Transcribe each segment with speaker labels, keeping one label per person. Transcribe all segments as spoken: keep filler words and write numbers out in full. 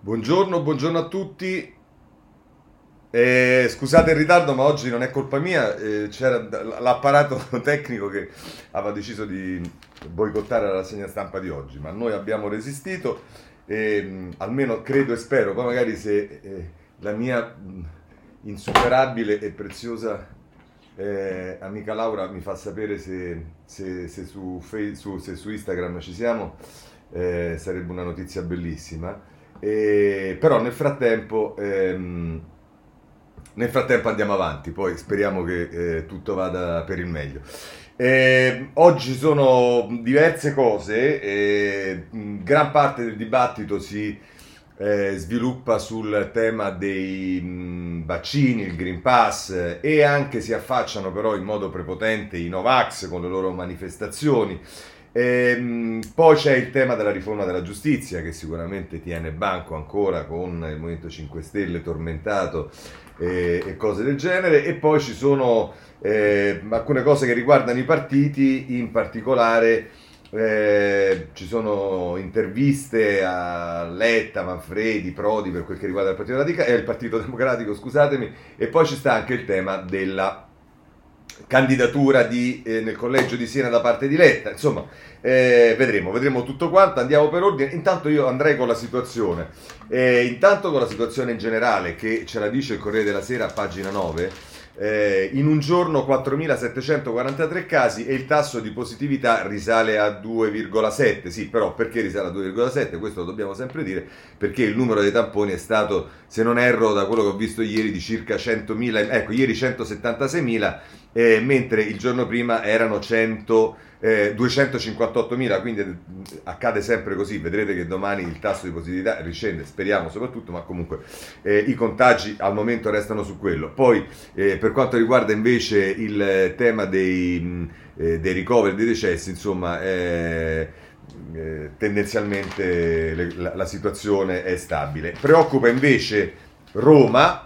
Speaker 1: Buongiorno, buongiorno a tutti. Eh, scusate il ritardo, ma oggi non è colpa mia, eh, c'era d- l'apparato tecnico che aveva deciso di boicottare la rassegna stampa di oggi, ma noi abbiamo resistito e mh, almeno credo e spero, poi magari se eh, la mia mh, insuperabile e preziosa eh, amica Laura mi fa sapere se, se- se su, Face- su- se su Instagram ci siamo, eh, sarebbe una notizia bellissima. E- però nel frattempo, ehm, nel frattempo andiamo avanti, poi speriamo che eh, tutto vada per il meglio. Eh, oggi ci sono diverse cose, e, mh, gran parte del dibattito si eh, sviluppa sul tema dei mh, vaccini, il Green Pass, eh, e anche si affacciano però in modo prepotente i Novax con le loro manifestazioni. Ehm, poi c'è il tema della riforma della giustizia che sicuramente tiene banco ancora con il Movimento cinque Stelle tormentato e, e cose del genere, e poi ci sono eh, alcune cose che riguardano i partiti, in particolare eh, ci sono interviste a Letta, Manfredi, Prodi per quel che riguarda il Partito, Radica- eh, il Partito Democratico, scusatemi, e poi ci sta anche il tema della candidatura di, eh, nel collegio di Siena da parte di Letta. Insomma, eh, vedremo, vedremo tutto quanto. Andiamo per ordine. Intanto io andrei con la situazione. Eh, intanto con la situazione in generale, che ce la dice il Corriere della Sera a pagina nove. Eh, in un giorno quattromilasettecentoquarantatré casi e il tasso di positività risale a due virgola sette. Sì, però perché risale a due virgola sette? Questo lo dobbiamo sempre dire, perché il numero dei tamponi è stato, se non erro, da quello che ho visto ieri, di circa centomila. Ecco, ieri centosettantaseimila, eh, mentre il giorno prima erano cento, eh, duecentocinquantottomila, quindi eh, accade sempre così. Vedrete che domani il tasso di positività riscende, speriamo soprattutto, ma comunque eh, i contagi al momento restano su quello. Poi eh, per quanto riguarda invece il tema dei, mh, eh, dei ricoveri, dei decessi, insomma, eh, eh, tendenzialmente le, la, la situazione è stabile. Preoccupa invece Roma,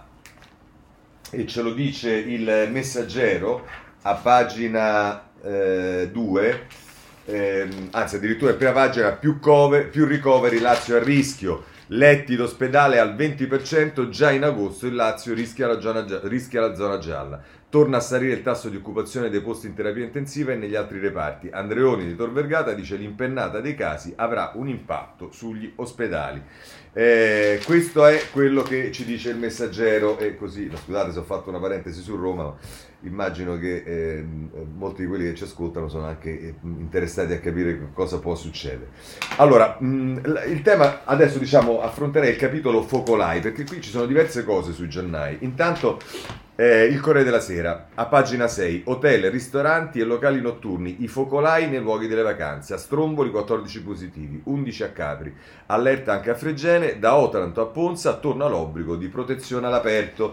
Speaker 1: e ce lo dice il Messaggero a pagina eh, due, ehm, anzi addirittura in prima pagina: più, cover, più ricoveri, Lazio a rischio, letti d'ospedale al venti per cento, già in agosto il Lazio rischia la, zona, rischia la zona gialla. Torna a salire il tasso di occupazione dei posti in terapia intensiva e negli altri reparti. Andreoni di Tor Vergata dice: l'impennata dei casi avrà un impatto sugli ospedali. Eh, questo è quello che ci dice il Messaggero, e così, no, scusate se ho fatto una parentesi su Roma, ma immagino che eh, molti di quelli che ci ascoltano sono anche eh, interessati a capire cosa può succedere. Allora, mh, il tema adesso, diciamo, affronterei il capitolo focolai, perché qui ci sono diverse cose sui giornali. Intanto eh, il Corriere della Sera, a pagina sei: hotel, ristoranti e locali notturni, i focolai nei luoghi delle vacanze. A Stromboli quattordici positivi, undici a Capri. Allerta anche a Fregene, da Otranto a Ponza torna l'obbligo di protezione all'aperto.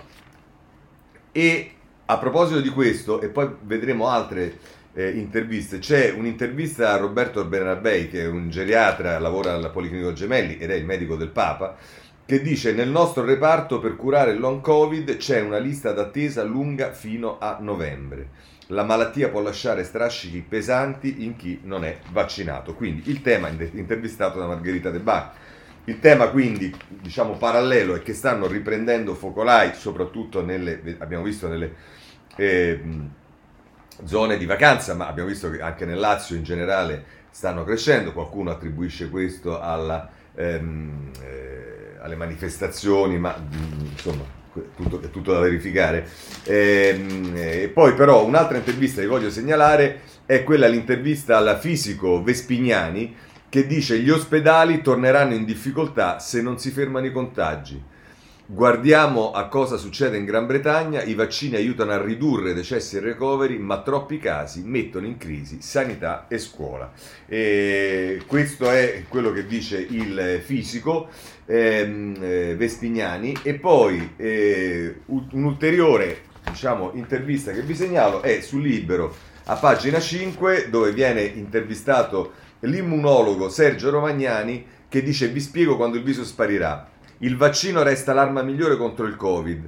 Speaker 1: E a proposito di questo, e poi vedremo altre eh, interviste, c'è un'intervista a Roberto Bernabei, che è un geriatra, lavora al Policlinico Gemelli ed è il medico del Papa, che dice: nel nostro reparto per curare il long covid c'è una lista d'attesa lunga fino a novembre. La malattia può lasciare strascichi pesanti in chi non è vaccinato. Quindi il tema intervistato da Margherita De Bach. Il tema quindi, diciamo, parallelo è che stanno riprendendo focolai, soprattutto nelle, abbiamo visto, nelle eh, zone di vacanza, ma abbiamo visto che anche nel Lazio in generale stanno crescendo. Qualcuno attribuisce questo alla, ehm, eh, alle manifestazioni, ma mh, insomma tutto, è tutto da verificare. Ehm, E poi però un'altra intervista che voglio segnalare è quella, l'intervista al fisico Vespignani, che dice: gli ospedali torneranno in difficoltà se non si fermano i contagi. Guardiamo a cosa succede in Gran Bretagna: i vaccini aiutano a ridurre decessi e ricoveri, ma troppi casi mettono in crisi sanità e scuola. E questo è quello che dice il fisico ehm, eh, Vespignani. E poi eh, un ulteriore, diciamo, intervista che vi segnalo è sul Libero a pagina cinque, dove viene intervistato l'immunologo Sergio Romagnani, che dice: vi spiego quando il viso sparirà. Il vaccino resta l'arma migliore contro il Covid.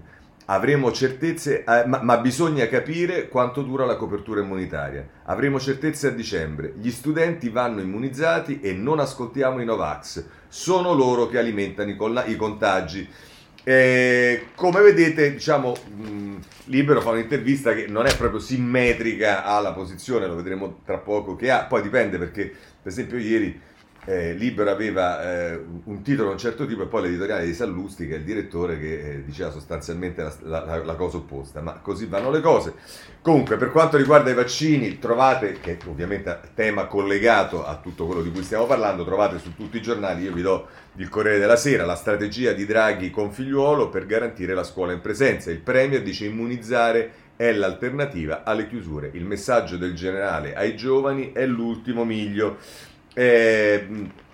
Speaker 1: Avremo certezze, eh, ma, ma bisogna capire quanto dura la copertura immunitaria. Avremo certezze a dicembre. Gli studenti vanno immunizzati e non ascoltiamo i Novax. Sono loro che alimentano i, colla- i contagi. Eh, come vedete, diciamo, mh, Libero fa un'intervista che non è proprio simmetrica alla posizione, lo vedremo tra poco che ha. Poi dipende perché, per esempio, ieri eh, Libero aveva eh, un titolo di un certo tipo e poi l'editoriale di Sallusti, che è il direttore, che eh, diceva sostanzialmente la, la, la cosa opposta, ma così vanno le cose. Comunque, per quanto riguarda i vaccini, trovate, che ovviamente è tema collegato a tutto quello di cui stiamo parlando, trovate su tutti i giornali, io vi do il Corriere della Sera, la strategia di Draghi con Figliuolo per garantire la scuola in presenza. Il Premier dice immunizzare è l'alternativa alle chiusure. Il messaggio del generale ai giovani è l'ultimo miglio. Eh,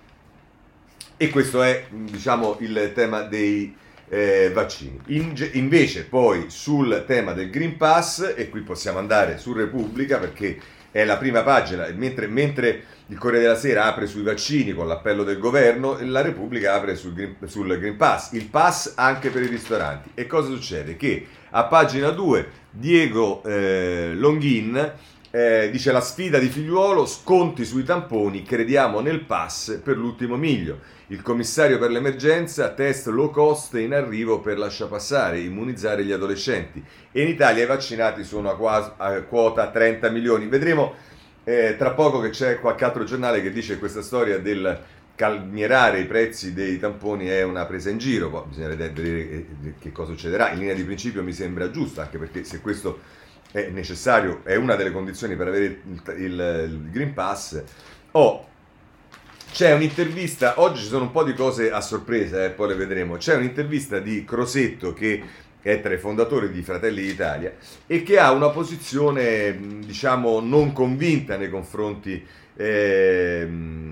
Speaker 1: e questo è, diciamo, il tema dei eh, vaccini. In, invece poi sul tema del Green Pass, e qui possiamo andare su Repubblica perché è la prima pagina, mentre, mentre il Corriere della Sera apre sui vaccini con l'appello del governo, la Repubblica apre sul Green, sul Green Pass, il pass anche per i ristoranti. E cosa succede? Che a pagina due Diego eh, Longhin Eh, dice la sfida di Figliuolo, sconti sui tamponi, crediamo nel pass per l'ultimo miglio. Il commissario per l'emergenza, test low cost in arrivo per lasciapassare, immunizzare gli adolescenti. E in Italia i vaccinati sono a, quasi, a quota trenta milioni. Vedremo eh, tra poco che c'è qualche altro giornale che dice che questa storia del calmierare i prezzi dei tamponi è una presa in giro. Poi bisogna vedere che cosa succederà. In linea di principio mi sembra giusto, anche perché se questo è necessario, è una delle condizioni per avere il, il, il Green Pass. Oh, c'è un'intervista, oggi ci sono un po' di cose a sorpresa, eh, poi le vedremo. C'è un'intervista di Crosetto, che è tra i fondatori di Fratelli d'Italia e che ha una posizione, diciamo, non convinta nei confronti eh,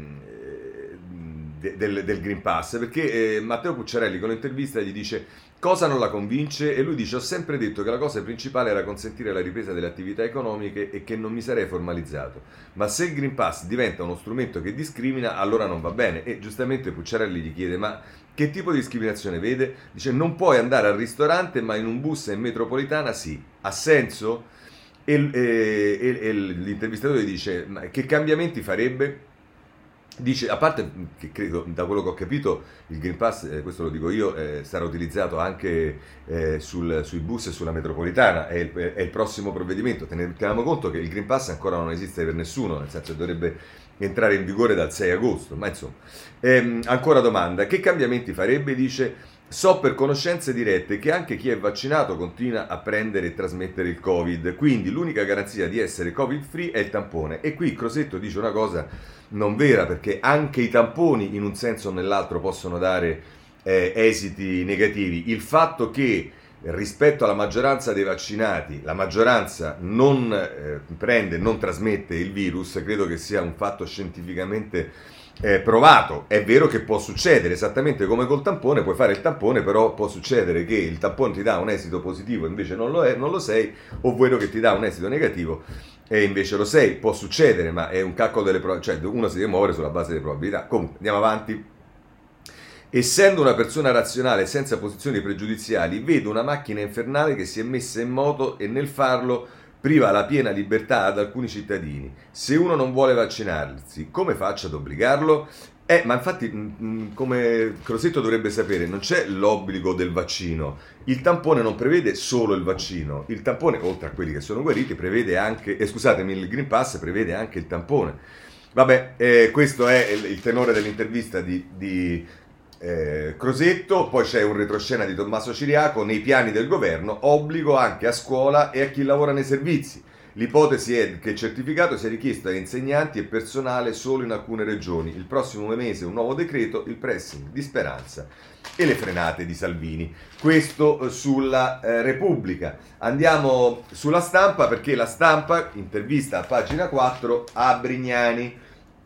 Speaker 1: del, del Green Pass, perché eh, Matteo Pucciarelli con l'intervista gli dice cosa non la convince e lui dice ho sempre detto che la cosa principale era consentire la ripresa delle attività economiche e che non mi sarei formalizzato, ma se il Green Pass diventa uno strumento che discrimina allora non va bene. E giustamente Pucciarelli gli chiede ma che tipo di discriminazione vede? Dice non puoi andare al ristorante ma in un bus in metropolitana sì, ha senso? E, e, e, e l'intervistatore dice ma che cambiamenti farebbe? Dice, a parte che credo, da quello che ho capito, il Green Pass, eh, questo lo dico io, eh, sarà utilizzato anche eh, sul, sui bus e sulla metropolitana, è il, è il prossimo provvedimento. Teniamo conto che il Green Pass ancora non esiste per nessuno, nel senso che dovrebbe entrare in vigore dal sei agosto, ma insomma. Ehm, ancora domanda, che cambiamenti farebbe? Dice, so per conoscenze dirette che anche chi è vaccinato continua a prendere e trasmettere il Covid, quindi l'unica garanzia di essere Covid free è il tampone. E qui Crosetto dice una cosa non vera, perché anche i tamponi in un senso o nell'altro possono dare eh, esiti negativi. Il fatto che rispetto alla maggioranza dei vaccinati la maggioranza non eh, prende, non trasmette il virus, credo che sia un fatto scientificamente eh, provato. È vero che può succedere, esattamente come col tampone, puoi fare il tampone, però può succedere che il tampone ti dà un esito positivo invece non lo, è, non lo sei, ovvero che ti dà un esito negativo e invece lo sei. Può succedere, ma è un calcolo delle probabilità, cioè uno si deve muovere sulla base delle probabilità. Comunque andiamo avanti. Essendo una persona razionale senza posizioni pregiudiziali, vedo una macchina infernale che si è messa in moto e nel farlo priva la piena libertà ad alcuni cittadini. Se uno non vuole vaccinarsi, come faccio ad obbligarlo? Eh, ma infatti, mh, come Crosetto dovrebbe sapere, non c'è l'obbligo del vaccino. Il tampone non prevede solo il vaccino. Il tampone, oltre a quelli che sono guariti, prevede anche, eh, scusatemi, il Green Pass prevede anche il tampone. Vabbè, eh, questo è il, il tenore dell'intervista di... di Eh, Crosetto. Poi c'è un retroscena di Tommaso Ciriaco, nei piani del governo obbligo anche a scuola e a chi lavora nei servizi. L'ipotesi è che il certificato sia richiesto a insegnanti e personale solo in alcune regioni. Il prossimo mese un nuovo decreto, il pressing di Speranza e le frenate di Salvini. Questo sulla eh, Repubblica. Andiamo sulla Stampa, perché la Stampa intervista a pagina quattro a Brignani,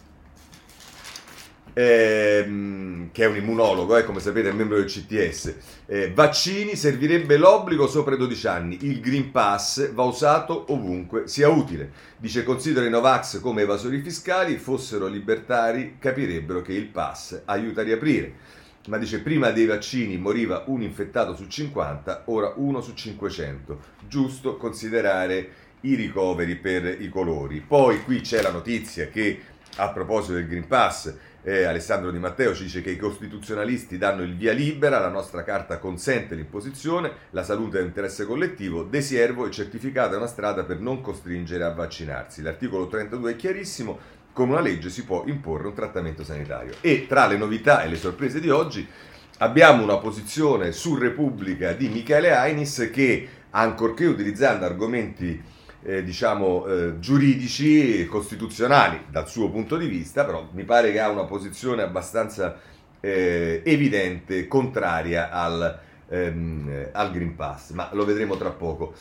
Speaker 1: Ehm, che è un immunologo, eh, come sapete è membro del C T S. Eh, vaccini, servirebbe l'obbligo sopra i dodici anni, il Green Pass va usato ovunque sia utile. Dice considero i Novax come evasori fiscali, fossero libertari capirebbero che il pass aiuta a riaprire. ma dice prima dei vaccini moriva un infettato su cinquanta, ora uno su cinquecento. Giusto considerare i ricoveri per i colori. Poi qui c'è la notizia che a proposito del Green Pass, eh, Alessandro Di Matteo ci dice che i costituzionalisti danno il via libera, la nostra carta consente l'imposizione, la salute è un interesse collettivo, De Siervo, il certificato è una strada per non costringere a vaccinarsi. L'articolo trentadue è chiarissimo, con una legge si può imporre un trattamento sanitario. E tra le novità e le sorprese di oggi abbiamo una posizione su Repubblica di Michele Ainis che, ancorché utilizzando argomenti Eh, diciamo eh, giuridici, costituzionali dal suo punto di vista, però mi pare che ha una posizione abbastanza eh, evidente, contraria al, ehm, al Green Pass, ma lo vedremo tra poco.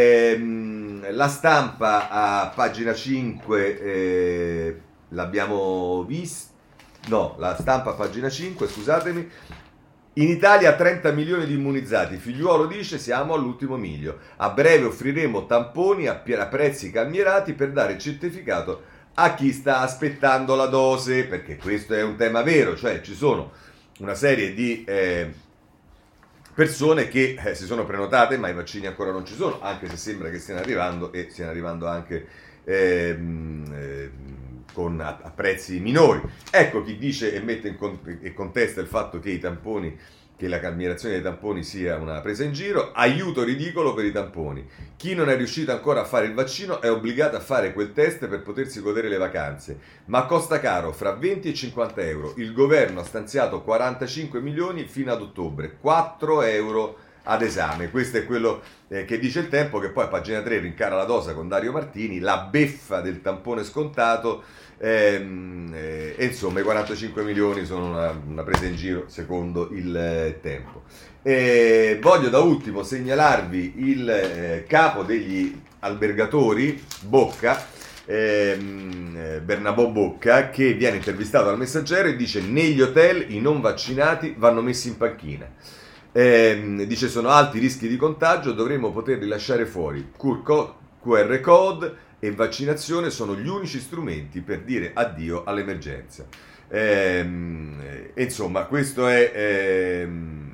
Speaker 1: Ehm, la Stampa a pagina cinque, eh, l'abbiamo visto, no, la Stampa a pagina cinque, scusatemi. In Italia trenta milioni di immunizzati, Figliuolo dice siamo all'ultimo miglio, a breve offriremo tamponi a prezzi calmierati per dare il certificato a chi sta aspettando la dose, perché questo è un tema vero, cioè ci sono una serie di eh, persone che eh, si sono prenotate ma i vaccini ancora non ci sono, anche se sembra che stiano arrivando e stiano arrivando anche ehm, eh, con a, a prezzi minori. Ecco chi dice e mette in con, e contesta il fatto che i tamponi, che la calmierazione dei tamponi sia una presa in giro. Aiuto ridicolo per i tamponi. Chi non è riuscito ancora a fare il vaccino è obbligato a fare quel test per potersi godere le vacanze, ma costa caro, fra venti e cinquanta euro. Il governo ha stanziato quarantacinque milioni fino ad ottobre, quattro euro ad esame. Questo è quello eh, che dice il Tempo, che poi a pagina tre rincara la dosa con Dario Martini, la beffa del tampone scontato, ehm, eh, e insomma i quarantacinque milioni sono una, una presa in giro secondo il eh, Tempo. E voglio da ultimo segnalarvi il eh, capo degli albergatori, Bocca, ehm, Bernabò Bocca, che viene intervistato dal Messaggero e dice: negli hotel i non vaccinati vanno messi in panchina. Eh, dice sono alti i rischi di contagio, dovremmo poterli lasciare fuori. Q R code e vaccinazione sono gli unici strumenti per dire addio all'emergenza. Eh, e insomma questo è, eh,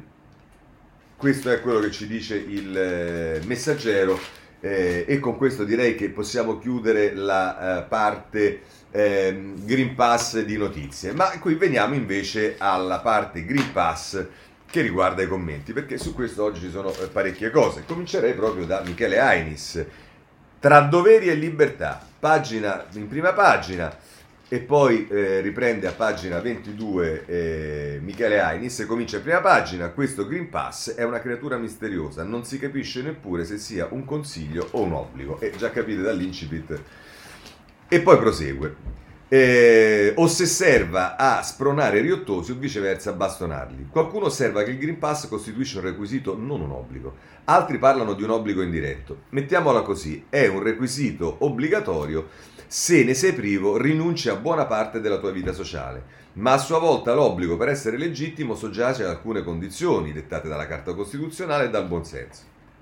Speaker 1: questo è quello che ci dice il eh, Messaggero, eh, e con questo direi che possiamo chiudere la eh, parte eh, Green Pass di notizie. Ma qui veniamo invece alla parte Green Pass che riguarda i commenti, perché su questo oggi ci sono parecchie cose. Comincerei proprio da Michele Ainis. Tra doveri e libertà, pagina in prima pagina, e poi eh, riprende a pagina ventidue eh, Michele Ainis, comincia in prima pagina: questo Green Pass è una creatura misteriosa, non si capisce neppure se sia un consiglio o un obbligo. E già capite dall'incipit. E poi prosegue. Eh, o se serva a spronare riottosi o viceversa a bastonarli. Qualcuno osserva che il Green Pass costituisce un requisito, non un obbligo. Altri parlano di un obbligo indiretto. Mettiamola così: è un requisito obbligatorio se ne sei privo, rinunci a buona parte della tua vita sociale, ma a sua volta l'obbligo per essere legittimo soggiace ad alcune condizioni dettate dalla Carta Costituzionale e dal buonsenso.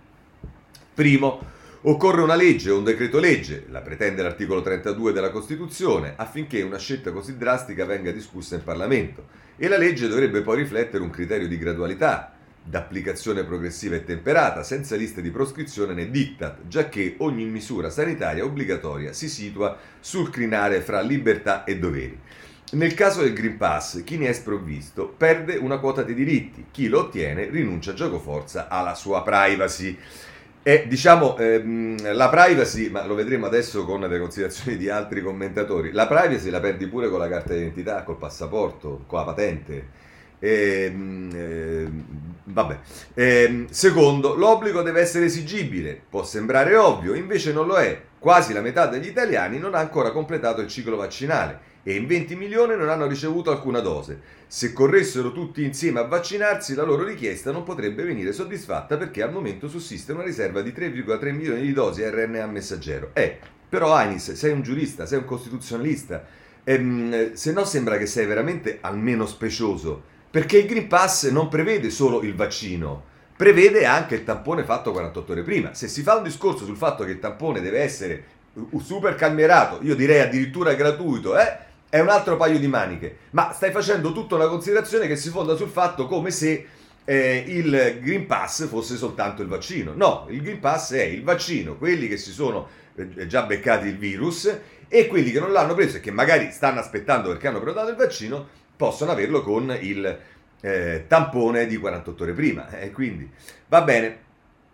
Speaker 1: Primo, occorre una legge o un decreto legge, la pretende l'articolo trentadue della Costituzione, affinché una scelta così drastica venga discussa in Parlamento, e la legge dovrebbe poi riflettere un criterio di gradualità, d'applicazione progressiva e temperata, senza liste di proscrizione né diktat, giacché ogni misura sanitaria obbligatoria si situa sul crinale fra libertà e doveri. Nel caso del Green Pass, chi ne è sprovvisto perde una quota di diritti, chi lo ottiene rinuncia giocoforza alla sua privacy. E diciamo ehm, la privacy, ma lo vedremo adesso con le considerazioni di altri commentatori, la privacy la perdi pure con la carta d'identità, col passaporto, con la patente. Ehm, ehm, vabbè. Ehm, secondo, l'obbligo deve essere esigibile, può sembrare ovvio, invece non lo è. Quasi la metà degli italiani non ha ancora completato il ciclo vaccinale e in venti milioni non hanno ricevuto alcuna dose. Se corressero tutti insieme a vaccinarsi, la loro richiesta non potrebbe venire soddisfatta, perché al momento sussiste una riserva di tre virgola tre milioni di dosi R N A messaggero. Eh, però Ainis, sei un giurista, sei un costituzionalista, ehm, se no sembra che sei veramente almeno specioso, perché il Green Pass non prevede solo il vaccino, prevede anche il tampone fatto quarantotto ore prima. Se si fa un discorso sul fatto che il tampone deve essere super calmierato, io direi addirittura gratuito, eh? è un altro paio di maniche, ma stai facendo tutta una considerazione che si fonda sul fatto come se eh, il Green Pass fosse soltanto il vaccino. No, il Green Pass è il vaccino, quelli che si sono eh, già beccati il virus e quelli che non l'hanno preso e che magari stanno aspettando perché hanno prenotato il vaccino possono averlo con il eh, tampone di quarantotto ore prima. E eh, quindi va bene.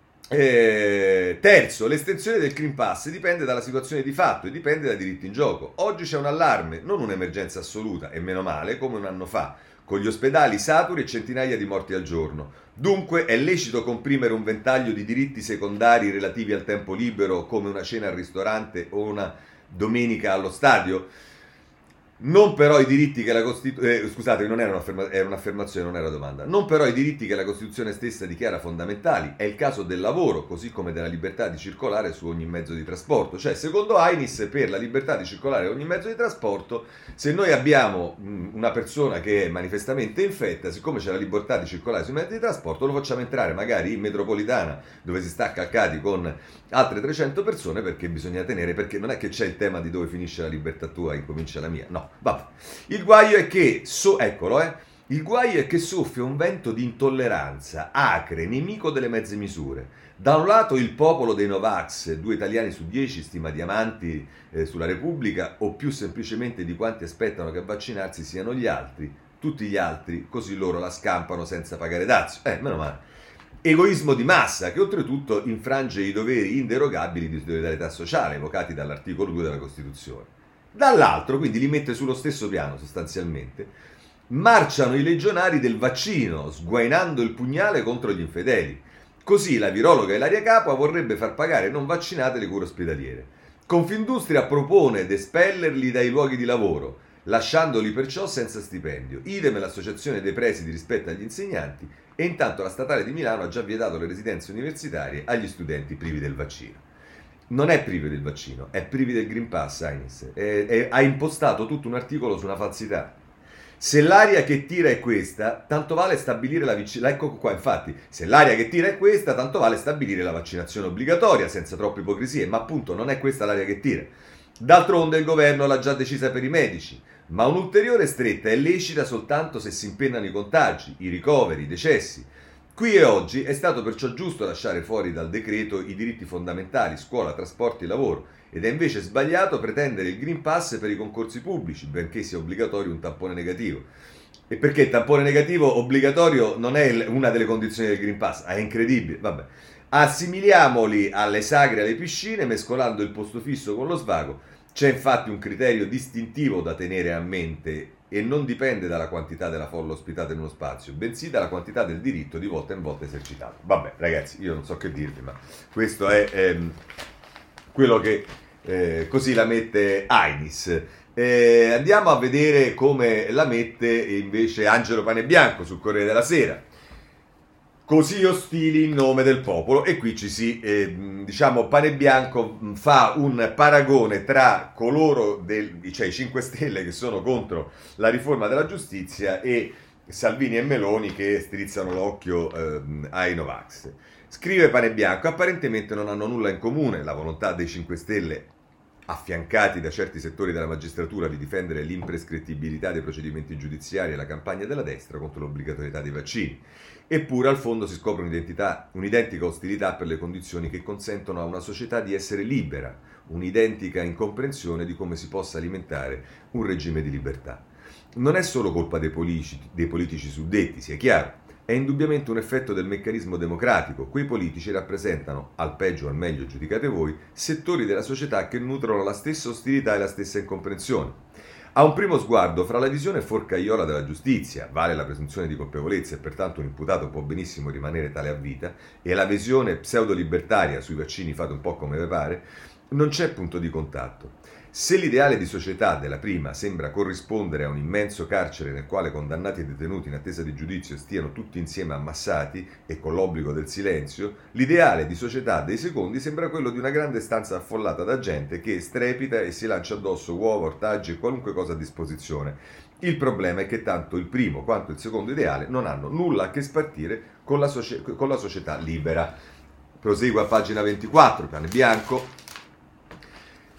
Speaker 1: Eh, terzo, l'estensione del Green Pass dipende dalla situazione di fatto e dipende dai diritti in gioco. Oggi c'è un allarme, non un'emergenza assoluta, e meno male, come un anno fa, con gli ospedali saturi e centinaia di morti al giorno. Dunque è lecito comprimere un ventaglio di diritti secondari relativi al tempo libero, come una cena al ristorante o una domenica allo stadio? Non però i diritti che la Costituzione... Eh, scusate, non era, un'afferma... era un'affermazione, non era una domanda. Non però i diritti che la Costituzione stessa dichiara fondamentali. È il caso del lavoro, così come della libertà di circolare su ogni mezzo di trasporto. Cioè, secondo Ainis, per la libertà di circolare su ogni mezzo di trasporto, se noi abbiamo mh, una persona che è manifestamente infetta, siccome c'è la libertà di circolare sui mezzi di trasporto, lo facciamo entrare magari in metropolitana, dove si sta calcati con altre trecento persone, perché bisogna tenere, perché non è che c'è il tema di dove finisce la libertà tua e incomincia la mia, no. Vabbè. Il guaio è che, so, eccolo, eh, il guaio è che soffia un vento di intolleranza, acre, nemico delle mezze misure. Da un lato il popolo dei Novax, due italiani su dieci stima diamanti eh, sulla Repubblica, o più semplicemente di quanti aspettano che a vaccinarsi siano gli altri, tutti gli altri, così loro la scampano senza pagare dazio. Eh, meno male. Egoismo di massa, che oltretutto infrange i doveri inderogabili di solidarietà sociale, evocati dall'articolo due della Costituzione. Dall'altro, quindi li mette sullo stesso piano sostanzialmente, marciano i legionari del vaccino, sguainando il pugnale contro gli infedeli. Così la virologa Ilaria Capua vorrebbe far pagare ai non vaccinati le cure ospedaliere. Confindustria propone di espellerli dai luoghi di lavoro, lasciandoli perciò senza stipendio. Idem l'associazione dei presidi rispetto agli insegnanti, e intanto la statale di Milano ha già vietato le residenze universitarie agli studenti privi del vaccino. Non è privi del vaccino, è privi del Green Pass, Ainis. È, è, ha impostato tutto un articolo su una falsità. Se l'aria che tira è questa, tanto vale stabilire la vaccinazione. Ecco qua, infatti, se l'aria che tira è questa, tanto vale stabilire la vaccinazione obbligatoria, senza troppe ipocrisie, ma appunto non è questa l'aria che tira. D'altronde il governo l'ha già decisa per i medici, ma un'ulteriore stretta è lecita soltanto se si impennano i contagi, i ricoveri, i decessi. Qui e oggi è stato perciò giusto lasciare fuori dal decreto i diritti fondamentali, scuola, trasporti e lavoro, ed è invece sbagliato pretendere il Green Pass per i concorsi pubblici, benché sia obbligatorio un tampone negativo. E perché il tampone negativo obbligatorio non è una delle condizioni del Green Pass? È incredibile, vabbè. Assimiliamoli alle sagre e alle piscine, mescolando il posto fisso con lo svago. C'è infatti un criterio distintivo da tenere a mente e non dipende dalla quantità della folla ospitata in uno spazio, bensì dalla quantità del diritto di volta in volta esercitato. Vabbè, ragazzi, io non so che dirvi, ma questo è ehm, quello che eh, così la mette Ainis. Eh, andiamo a vedere come la mette invece Angelo Panebianco sul Corriere della Sera. Così ostili in nome del popolo, e qui ci si, eh, diciamo, Panebianco fa un paragone tra coloro, del, cioè i cinque Stelle che sono contro la riforma della giustizia e Salvini e Meloni che strizzano l'occhio eh, ai Novax. Scrive Panebianco, apparentemente non hanno nulla in comune la volontà dei cinque Stelle, affiancati da certi settori della magistratura, di difendere l'imprescrittibilità dei procedimenti giudiziari e la campagna della destra contro l'obbligatorietà dei vaccini. Eppure al fondo si scopre un'identità, un'identica ostilità per le condizioni che consentono a una società di essere libera, un'identica incomprensione di come si possa alimentare un regime di libertà. Non è solo colpa dei politici, dei politici suddetti, sia chiaro, è indubbiamente un effetto del meccanismo democratico. Quei politici rappresentano, al peggio o al meglio giudicate voi, settori della società che nutrono la stessa ostilità e la stessa incomprensione. A un primo sguardo, fra la visione forcaiola della giustizia, vale la presunzione di colpevolezza e pertanto un imputato può benissimo rimanere tale a vita, e la visione pseudo-libertaria sui vaccini fate un po' come vi pare, non c'è punto di contatto. Se l'ideale di società della prima sembra corrispondere a un immenso carcere nel quale condannati e detenuti in attesa di giudizio stiano tutti insieme ammassati e con l'obbligo del silenzio, l'ideale di società dei secondi sembra quello di una grande stanza affollata da gente che strepita e si lancia addosso uova, ortaggi e qualunque cosa a disposizione. Il problema è che tanto il primo quanto il secondo ideale non hanno nulla a che spartire con la, socie- con la società libera. Prosegue a pagina ventiquattro, Panebianco.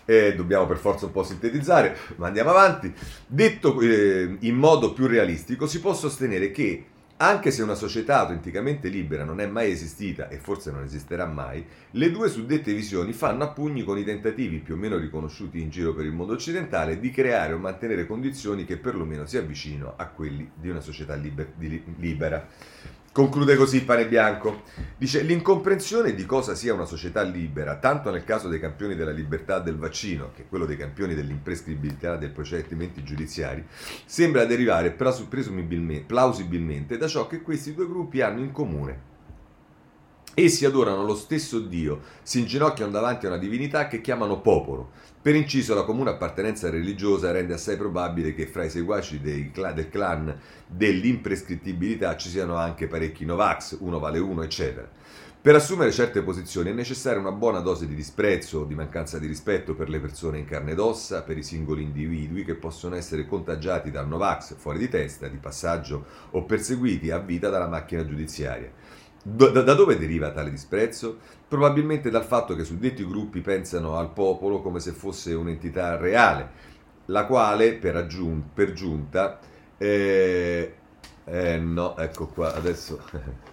Speaker 1: Eh, dobbiamo per forza un po' sintetizzare, ma andiamo avanti. Detto eh, in modo più realistico, si può sostenere che, anche se una società autenticamente libera non è mai esistita e forse non esisterà mai, le due suddette visioni fanno a pugni con i tentativi più o meno riconosciuti in giro per il mondo occidentale di creare o mantenere condizioni che perlomeno si avvicinino a quelli di una società liber- di- libera. Conclude così Pane Bianco. Dice: l'incomprensione di cosa sia una società libera, tanto nel caso dei campioni della libertà del vaccino che quello dei campioni dell'imprescribilità dei procedimenti giudiziari, sembra derivare presumibilmente, plausibilmente da ciò che questi due gruppi hanno in comune. Essi adorano lo stesso Dio, si inginocchiano davanti a una divinità che chiamano popolo. Per inciso, la comune appartenenza religiosa rende assai probabile che fra i seguaci dei clan, del clan dell'imprescrittibilità ci siano anche parecchi Novax, uno vale uno, eccetera. Per assumere certe posizioni è necessaria una buona dose di disprezzo o di mancanza di rispetto per le persone in carne ed ossa, per i singoli individui che possono essere contagiati dal Novax fuori di testa, di passaggio o perseguiti a vita dalla macchina giudiziaria. Da, da dove deriva tale disprezzo? Probabilmente dal fatto che suddetti gruppi pensano al popolo come se fosse un'entità reale, la quale per, aggiun- per giunta eh, eh, no, ecco qua adesso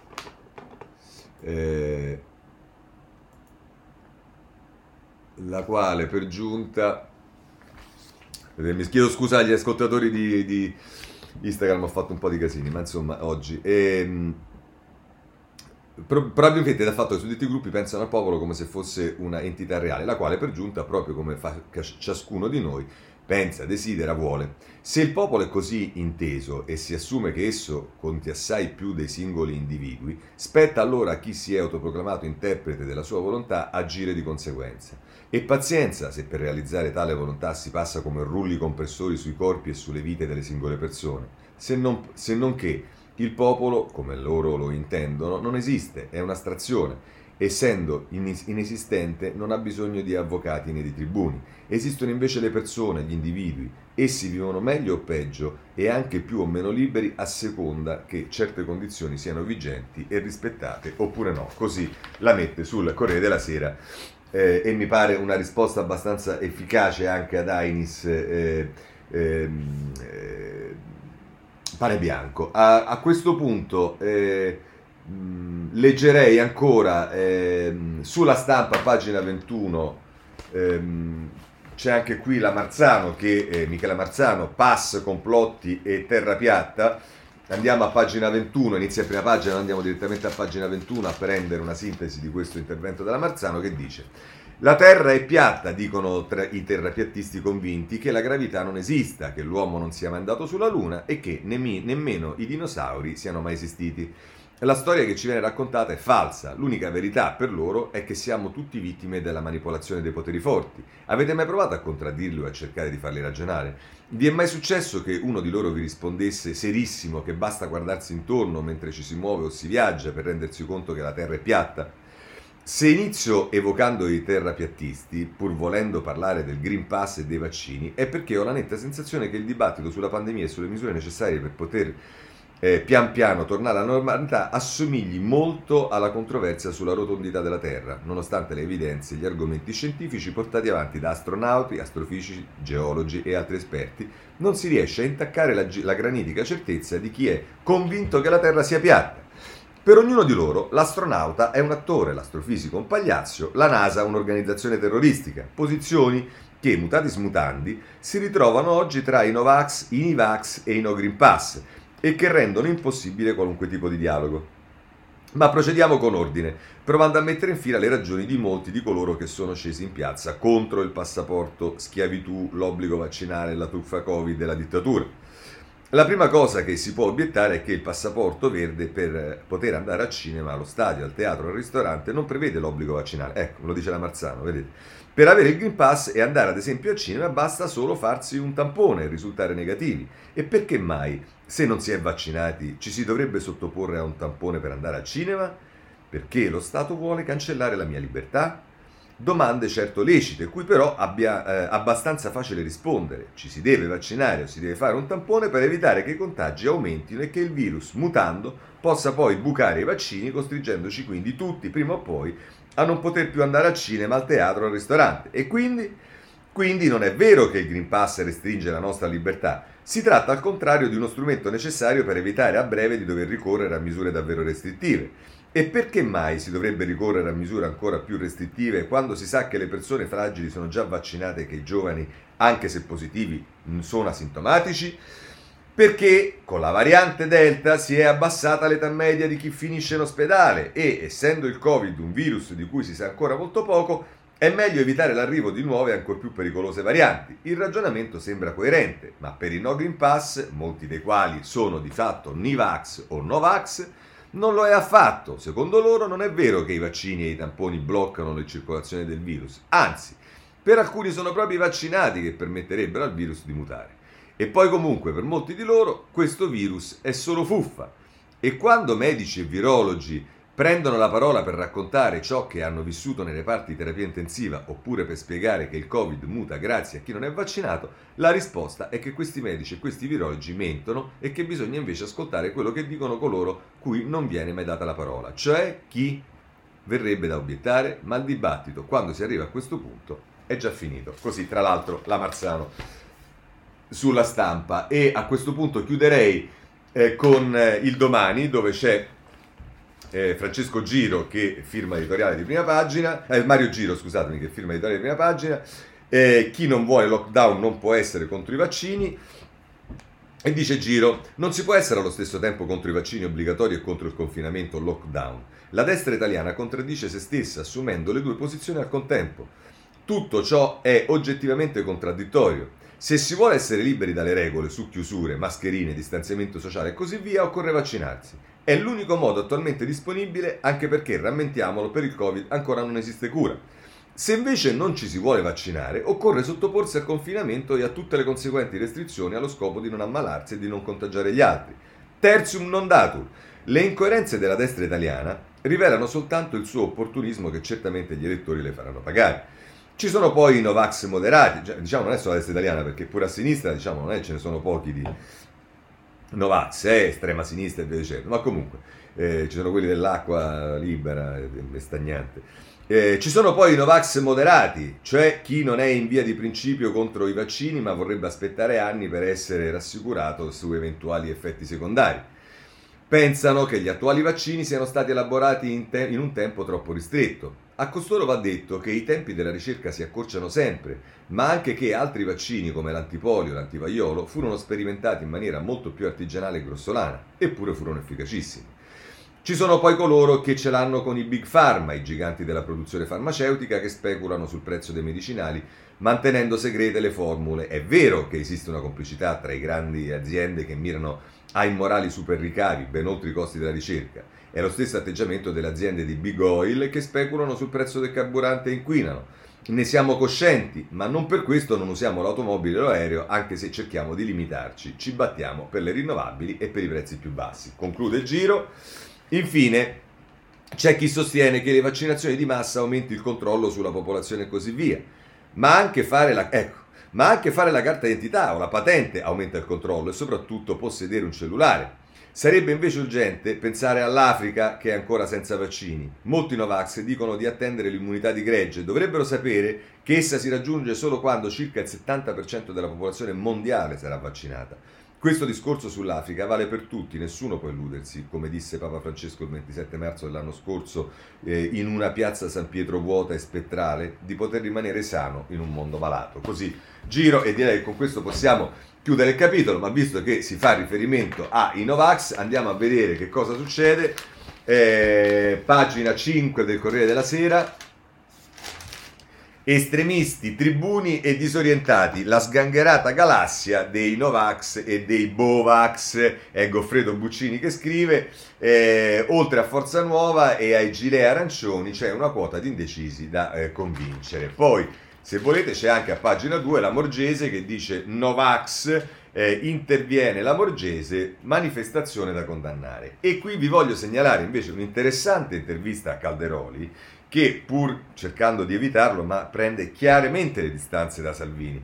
Speaker 1: eh, la quale per giunta eh, mi chiedo scusa agli ascoltatori di, di Instagram, ho fatto un po' di casini, ma insomma oggi ehm, probabilmente dal fatto che i suddetti gruppi pensano al popolo come se fosse una entità reale, la quale per giunta, proprio come fa ciascuno di noi, pensa, desidera, vuole. Se il popolo è così inteso e si assume che esso conti assai più dei singoli individui, spetta allora a chi si è autoproclamato interprete della sua volontà agire di conseguenza. E pazienza se per realizzare tale volontà si passa come rulli compressori sui corpi e sulle vite delle singole persone, se non, se non che il popolo, come loro lo intendono, non esiste, è un'astrazione. Essendo inesistente, non ha bisogno di avvocati né di tribuni. Esistono invece le persone, gli individui. Essi vivono meglio o peggio e anche più o meno liberi a seconda che certe condizioni siano vigenti e rispettate oppure no. Così la mette sul Corriere della Sera. Eh, e mi pare una risposta abbastanza efficace anche ad Ainis eh, ehm, eh, Pane Bianco. A, a questo punto eh, mh, leggerei ancora ehm, sulla Stampa, pagina ventuno, ehm, c'è anche qui la Marzano, che eh, Michela Marzano, pass, complotti e terra piatta. Andiamo a pagina ventuno, inizia in prima pagina, andiamo direttamente a pagina ventuno a prendere una sintesi di questo intervento della Marzano, che dice: la Terra è piatta, dicono tra i terrapiattisti convinti che la gravità non esista, che l'uomo non sia mai andato sulla Luna e che nemmi- nemmeno i dinosauri siano mai esistiti. La storia che ci viene raccontata è falsa, l'unica verità per loro è che siamo tutti vittime della manipolazione dei poteri forti. Avete mai provato a contraddirli o a cercare di farli ragionare? Vi è mai successo che uno di loro vi rispondesse serissimo che basta guardarsi intorno mentre ci si muove o si viaggia per rendersi conto che la Terra è piatta? Se inizio evocando i terrapiattisti, pur volendo parlare del Green Pass e dei vaccini, è perché ho la netta sensazione che il dibattito sulla pandemia e sulle misure necessarie per poter eh, pian piano tornare alla normalità assomigli molto alla controversia sulla rotondità della Terra, nonostante le evidenze e gli argomenti scientifici portati avanti da astronauti, astrofisici, geologi e altri esperti. Non si riesce a intaccare la, la granitica certezza di chi è convinto che la Terra sia piatta. Per ognuno di loro, l'astronauta è un attore, l'astrofisico un pagliaccio, la NASA un'organizzazione terroristica, posizioni che, mutatis mutandi, si ritrovano oggi tra i Novax, i Nivax e i No Green Pass e che rendono impossibile qualunque tipo di dialogo. Ma procediamo con ordine, provando a mettere in fila le ragioni di molti di coloro che sono scesi in piazza contro il passaporto, schiavitù, l'obbligo vaccinale, la truffa Covid e la dittatura. La prima cosa che si può obiettare è che il passaporto verde per poter andare al cinema, allo stadio, al teatro, al ristorante non prevede l'obbligo vaccinale. Ecco, lo dice la Marzano, vedete. Per avere il Green Pass e andare ad esempio al cinema basta solo farsi un tampone e risultare negativi. E perché mai, se non si è vaccinati, ci si dovrebbe sottoporre a un tampone per andare al cinema? Perché lo Stato vuole cancellare la mia libertà? Domande certo lecite, cui però abbia eh, abbastanza facile rispondere. Ci si deve vaccinare o si deve fare un tampone per evitare che i contagi aumentino e che il virus, mutando, possa poi bucare i vaccini, costringendoci quindi tutti, prima o poi, a non poter più andare al cinema, al teatro, al ristorante. E quindi Quindi non è vero che il Green Pass restringe la nostra libertà, si tratta al contrario di uno strumento necessario per evitare a breve di dover ricorrere a misure davvero restrittive. E perché mai si dovrebbe ricorrere a misure ancora più restrittive quando si sa che le persone fragili sono già vaccinate e che i giovani, anche se positivi, non sono asintomatici? Perché con la variante Delta si è abbassata l'età media di chi finisce in ospedale e, essendo il Covid un virus di cui si sa ancora molto poco, è meglio evitare l'arrivo di nuove e ancor più pericolose varianti. Il ragionamento sembra coerente, ma per i no Green Pass, molti dei quali sono di fatto Nivax o Novax, non lo è affatto. Secondo loro non è vero che i vaccini e i tamponi bloccano la circolazione del virus, anzi, per alcuni sono proprio i vaccinati che permetterebbero al virus di mutare. E poi comunque per molti di loro questo virus è solo fuffa. E quando medici e virologi prendono la parola per raccontare ciò che hanno vissuto nei reparti di terapia intensiva oppure per spiegare che il Covid muta grazie a chi non è vaccinato, la risposta è che questi medici e questi virologi mentono e che bisogna invece ascoltare quello che dicono coloro cui non viene mai data la parola, cioè chi verrebbe da obiettare, ma il dibattito, quando si arriva a questo punto, è già finito. Così, tra l'altro, la Marzano sulla Stampa. E a questo punto chiuderei eh, con eh, il Domani, dove c'è Eh, Francesco Giro che firma editoriale di prima pagina, eh, Mario Giro scusatemi che firma editoriale di prima pagina, eh, chi non vuole lockdown non può essere contro i vaccini, e dice Giro: non si può essere allo stesso tempo contro i vaccini obbligatori e contro il confinamento lockdown. La destra italiana contraddice se stessa assumendo le due posizioni al contempo. Tutto ciò è oggettivamente contraddittorio. Se si vuole essere liberi dalle regole su chiusure, mascherine, distanziamento sociale e così via, occorre vaccinarsi. È l'unico modo attualmente disponibile, anche perché, rammentiamolo, per il Covid ancora non esiste cura. Se invece non ci si vuole vaccinare, occorre sottoporsi al confinamento e a tutte le conseguenti restrizioni allo scopo di non ammalarsi e di non contagiare gli altri. Tertium non datur. Le incoerenze della destra italiana rivelano soltanto il suo opportunismo che certamente gli elettori le faranno pagare. Ci sono poi i Novax moderati, diciamo non è solo la destra italiana, perché pure a sinistra diciamo non è ce ne sono pochi di Novax, eh, estrema sinistra e via dicendo, ma comunque eh, ci sono quelli dell'acqua libera e stagnante. Eh, ci sono poi i Novax moderati, cioè chi non è in via di principio contro i vaccini ma vorrebbe aspettare anni per essere rassicurato su eventuali effetti secondari. Pensano che gli attuali vaccini siano stati elaborati in, te- in un tempo troppo ristretto. A costoro va detto che i tempi della ricerca si accorciano sempre, ma anche che altri vaccini come l'antipolio e l'antivaiolo furono sperimentati in maniera molto più artigianale e grossolana, eppure furono efficacissimi. Ci sono poi coloro che ce l'hanno con i big pharma, i giganti della produzione farmaceutica che speculano sul prezzo dei medicinali, mantenendo segrete le formule. È vero che esiste una complicità tra i grandi aziende che mirano a immorali super ricavi, ben oltre i costi della ricerca. È lo stesso atteggiamento delle aziende di big oil che speculano sul prezzo del carburante e inquinano. Ne siamo coscienti, ma non per questo non usiamo l'automobile o l'aereo, anche se cerchiamo di limitarci. Ci battiamo per le rinnovabili e per i prezzi più bassi. Conclude il Giro. Infine, c'è chi sostiene che le vaccinazioni di massa aumenti il controllo sulla popolazione e così via, ma anche fare la, ecco, ma anche fare la carta d'identità o la patente aumenta il controllo e soprattutto possedere un cellulare. Sarebbe invece urgente pensare all'Africa che è ancora senza vaccini. Molti Novax dicono di attendere l'immunità di gregge, dovrebbero sapere che essa si raggiunge solo quando circa il settanta per cento della popolazione mondiale sarà vaccinata. Questo discorso sull'Africa vale per tutti, nessuno può illudersi, come disse Papa Francesco il ventisette marzo dell'anno scorso eh, in una piazza San Pietro vuota e spettrale, di poter rimanere sano in un mondo malato. Così Giro, e direi che con questo possiamo chiudere il capitolo, ma visto che si fa riferimento ai Novax, andiamo a vedere che cosa succede. Eh, pagina cinque del Corriere della Sera. Estremisti, tribuni e disorientati, la sgangherata galassia dei Novax e dei Bovax, è Goffredo Buccini che scrive, eh, oltre a Forza Nuova e ai gilet arancioni c'è una quota di indecisi da eh, convincere. Poi, se volete, c'è anche a pagina due la Morgese che dice Novax, eh, interviene la Morgese, manifestazione da condannare. E qui vi voglio segnalare invece un'interessante intervista a Calderoli, che pur cercando di evitarlo, ma prende chiaramente le distanze da Salvini.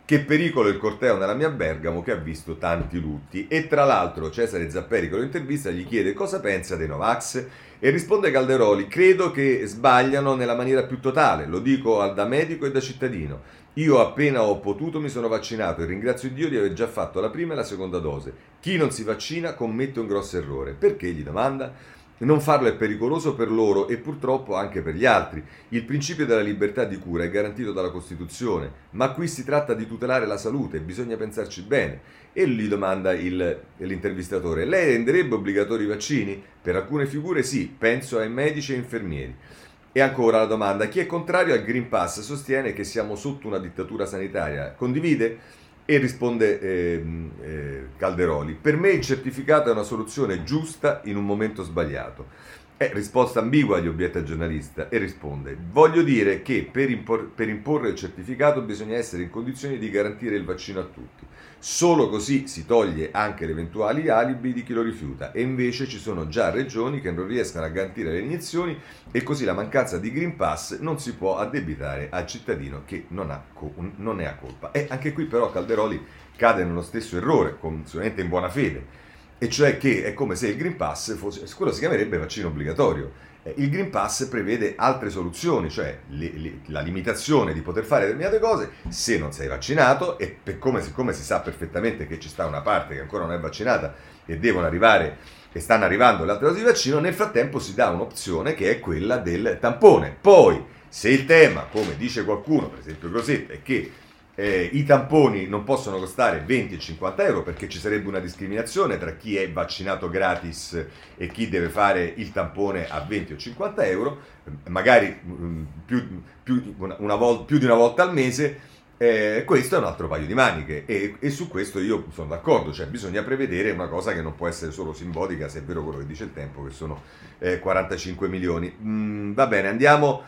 Speaker 1: Che pericolo il corteo nella mia Bergamo che ha visto tanti lutti. E tra l'altro Cesare Zapperi con l'intervista gli chiede cosa pensa dei Novax e risponde Calderoli: credo che sbagliano nella maniera più totale, lo dico da medico e da cittadino. Io appena ho potuto mi sono vaccinato e ringrazio Dio di aver già fatto la prima e la seconda dose. Chi non si vaccina commette un grosso errore. Perché? Gli domanda. Non farlo è pericoloso per loro e purtroppo anche per gli altri. Il principio della libertà di cura è garantito dalla Costituzione, ma qui si tratta di tutelare la salute, bisogna pensarci bene. E gli domanda il, l'intervistatore: lei renderebbe obbligatori i vaccini? Per alcune figure sì, penso ai medici e infermieri. E ancora la domanda: chi è contrario al Green Pass sostiene che siamo sotto una dittatura sanitaria, condivide? E risponde eh, eh, Calderoli: per me il certificato è una soluzione giusta in un momento sbagliato. È risposta ambigua, gli obietta il giornalista e risponde: voglio dire che per, impor- per imporre il certificato bisogna essere in condizioni di garantire il vaccino a tutti. Solo così si toglie anche le eventuali alibi di chi lo rifiuta, e invece ci sono già regioni che non riescono a garantire le iniezioni e così la mancanza di Green Pass non si può addebitare al cittadino che non, ha co- non ne ha colpa. E anche qui però Calderoli cade nello stesso errore, sicuramente in buona fede, e cioè che è come se il Green Pass fosse, quello si chiamerebbe vaccino obbligatorio. Il Green Pass prevede altre soluzioni, cioè li, li, la limitazione di poter fare determinate cose se non sei vaccinato, e per come, siccome si sa perfettamente che ci sta una parte che ancora non è vaccinata e devono arrivare e stanno arrivando le altre dosi di vaccino, nel frattempo si dà un'opzione che è quella del tampone. Poi, se il tema, come dice qualcuno, per esempio Grossetto, è che Eh, i tamponi non possono costare venti e cinquanta euro perché ci sarebbe una discriminazione tra chi è vaccinato gratis e chi deve fare il tampone a venti o cinquanta euro, magari mh, più, più, una, una vol- più di una volta al mese. Eh, questo è un altro paio di maniche e, e su questo io sono d'accordo, cioè bisogna prevedere una cosa che non può essere solo simbolica, se è vero quello che dice il Tempo, che sono eh, quarantacinque milioni. Mm, va bene, andiamo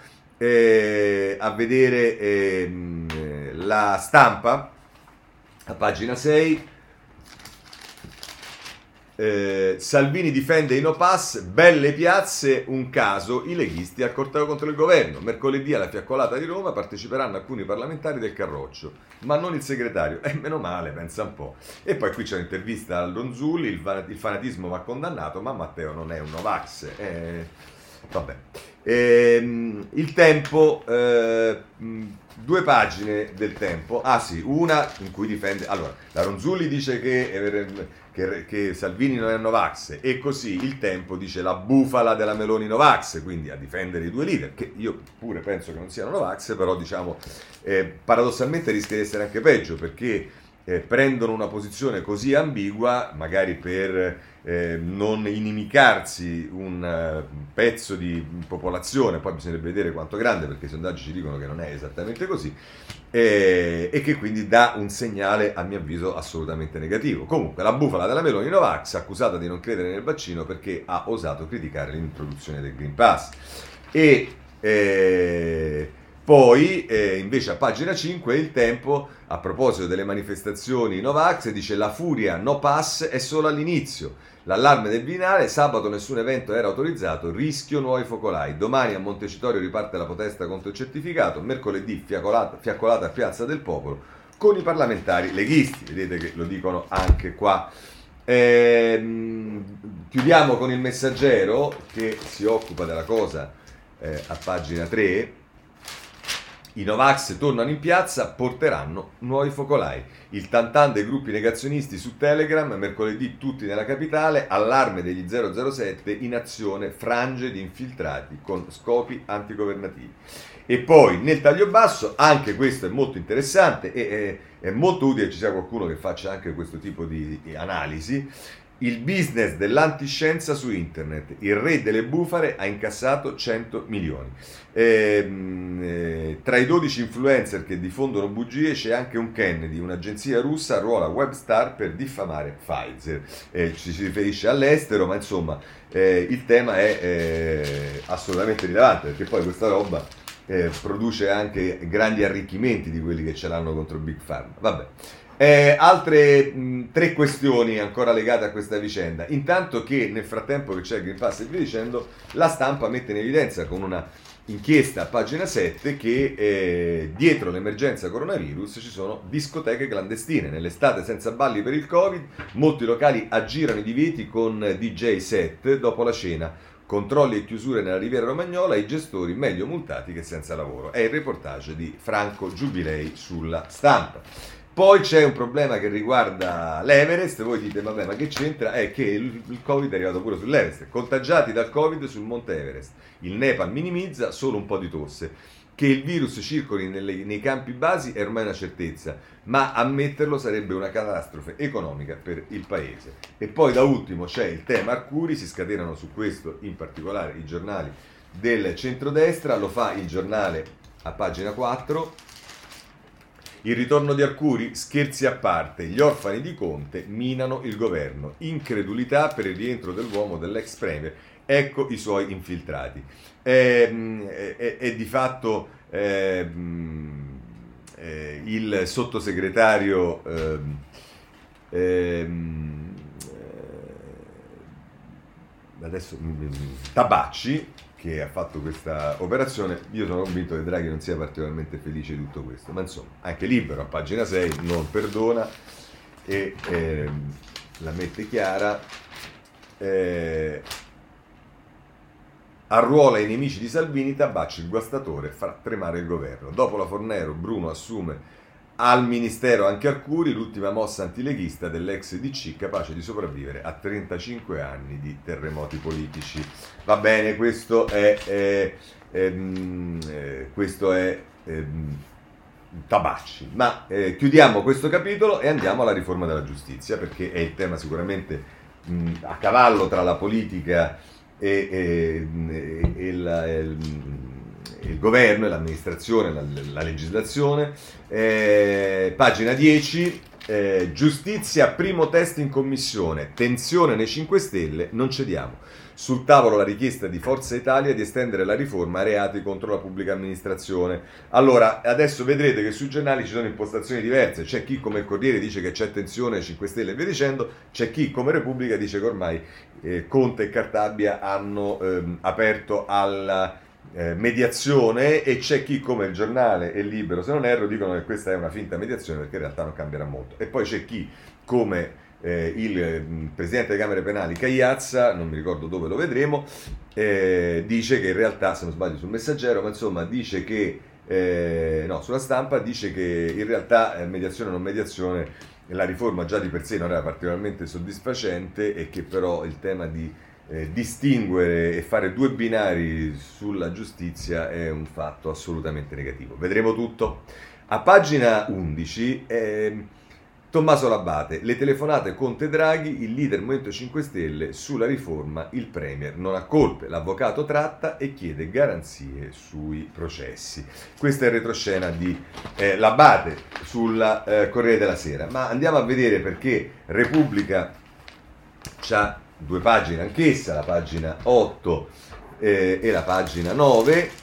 Speaker 1: eh, a vedere eh, la Stampa, a pagina sei. Eh, Salvini difende i no pass, belle piazze, un caso, i leghisti al corteo contro il governo. Mercoledì alla fiaccolata di Roma parteciperanno alcuni parlamentari del Carroccio, ma non il segretario. E eh, meno male, pensa un po'. E poi qui c'è un'intervista al Ronzulli, il, il fanatismo va condannato, ma Matteo non è un Novax. Eh, vabbè. Eh, il Tempo, eh, due pagine del Tempo. Ah sì, una in cui difende... Allora, la Ronzulli dice che... Eh, Che, che Salvini non è Novax, e così il Tempo dice la bufala della Meloni Novax, quindi a difendere i due leader, che io pure penso che non siano Novax, però diciamo eh, paradossalmente rischia di essere anche peggio, perché eh, prendono una posizione così ambigua, magari per eh, non inimicarsi un uh, pezzo di popolazione, poi bisognerebbe vedere quanto grande, perché i sondaggi ci dicono che non è esattamente così, e, e che quindi dà un segnale, a mio avviso, assolutamente negativo. Comunque, la bufala della Meloni Novax, accusata di non credere nel vaccino perché ha osato criticare l'introduzione del Green Pass. E eh, poi, eh, invece, a pagina cinque, il Tempo, a proposito delle manifestazioni Novax, dice la furia no pass è solo all'inizio. L'allarme del Viminale, sabato nessun evento era autorizzato, rischio nuovi focolai. Domani a Montecitorio riparte la protesta contro il certificato, mercoledì fiaccolata, fiaccolata a Piazza del Popolo con i parlamentari leghisti. Vedete che lo dicono anche qua. Ehm, chiudiamo con il Messaggero che si occupa della cosa eh, a pagina tre. I Novax tornano in piazza, porteranno nuovi focolai. Il tantan dei gruppi negazionisti su Telegram, mercoledì tutti nella capitale, allarme degli zero zero sette, in azione frange di infiltrati con scopi antigovernativi. E poi nel taglio basso, anche questo è molto interessante e è, è molto utile che ci sia qualcuno che faccia anche questo tipo di, di analisi. Il business dell'antiscienza su internet, il re delle bufale ha incassato cento milioni. Eh, eh, tra i dodici influencer che diffondono bugie c'è anche un Kennedy, un'agenzia russa arruola webstar per diffamare Pfizer. Eh, ci si riferisce all'estero, ma insomma eh, il tema è eh, assolutamente rilevante, perché poi questa roba eh, produce anche grandi arricchimenti di quelli che ce l'hanno contro Big Pharma. Vabbè. Eh, altre mh, tre questioni ancora legate a questa vicenda. Intanto che nel frattempo che c'è il Green Pass e via dicendo, la Stampa mette in evidenza con una inchiesta a pagina sette che eh, dietro l'emergenza coronavirus ci sono discoteche clandestine. Nell'estate senza balli per il Covid, molti locali aggirano i divieti con D J set dopo la cena. Controlli e chiusure nella Riviera Romagnola, i gestori meglio multati che senza lavoro. È il reportage di Franco Giubilei sulla Stampa. Poi c'è un problema che riguarda l'Everest. Voi dite, vabbè, ma che c'entra? È che il, il Covid è arrivato pure sull'Everest. Contagiati dal Covid sul Monte Everest. Il Nepal minimizza solo un po' di tosse. Che il virus circoli nelle, nei campi basi è ormai una certezza, ma ammetterlo sarebbe una catastrofe economica per il paese. E poi da ultimo c'è il tema Arcuri, si scatenano su questo in particolare i giornali del centrodestra, lo fa il giornale a pagina quattro. Il ritorno di Arcuri, scherzi a parte, gli orfani di Conte minano il governo, incredulità per il rientro dell'uomo dell'ex premier, ecco i suoi infiltrati. È, è, è di fatto è, è il sottosegretario è, è, adesso Tabacci che ha fatto questa operazione. Io sono convinto che Draghi non sia particolarmente felice di tutto questo, ma insomma anche Libero a pagina sei non perdona e eh, la mette chiara. eh, Arruola i nemici di Salvini, Tabacci il guastatore, fa tremare il governo. Dopo la Fornero, Bruno assume al ministero anche Arcuri, l'ultima mossa antileghista dell'ex D C capace di sopravvivere a trentacinque anni di terremoti politici. Va bene, questo è, è, è, è questo è, è Tabacci. Ma eh, chiudiamo questo capitolo e andiamo alla riforma della giustizia, perché è il tema sicuramente mh, a cavallo tra la politica e, e, e la, il, il governo e l'amministrazione, la, la legislazione. Eh, pagina dieci, eh, giustizia, primo test in commissione, tensione nei cinque Stelle, non cediamo. Sul tavolo la richiesta di Forza Italia di estendere la riforma a reati contro la pubblica amministrazione. Allora, adesso vedrete che sui giornali ci sono impostazioni diverse. C'è chi come il Corriere dice che c'è tensione ai cinque Stelle e via dicendo, c'è chi come Repubblica dice che ormai eh, Conte e Cartabia hanno ehm, aperto alla eh, mediazione, e c'è chi come il Giornale e Libero, se non erro, dicono che questa è una finta mediazione perché in realtà non cambierà molto. E poi c'è chi come Eh, il eh, presidente delle Camere Penali Cagliazza, non mi ricordo dove lo vedremo, eh, dice che in realtà, se non sbaglio sul Messaggero, ma insomma dice che eh, no, sulla Stampa dice che in realtà eh, mediazione o non mediazione, la riforma già di per sé non era particolarmente soddisfacente, e che però il tema di eh, distinguere e fare due binari sulla giustizia è un fatto assolutamente negativo. Vedremo tutto. A pagina undici eh, Tommaso Labate, le telefonate Conte-Draghi, il leader Movimento cinque Stelle sulla riforma, il Premier non ha colpe, l'avvocato tratta e chiede garanzie sui processi. Questo è il retroscena di eh, Labate sulla eh, Corriere della Sera, ma andiamo a vedere perché Repubblica c'ha due pagine anch'essa, la pagina otto eh, e la pagina nove.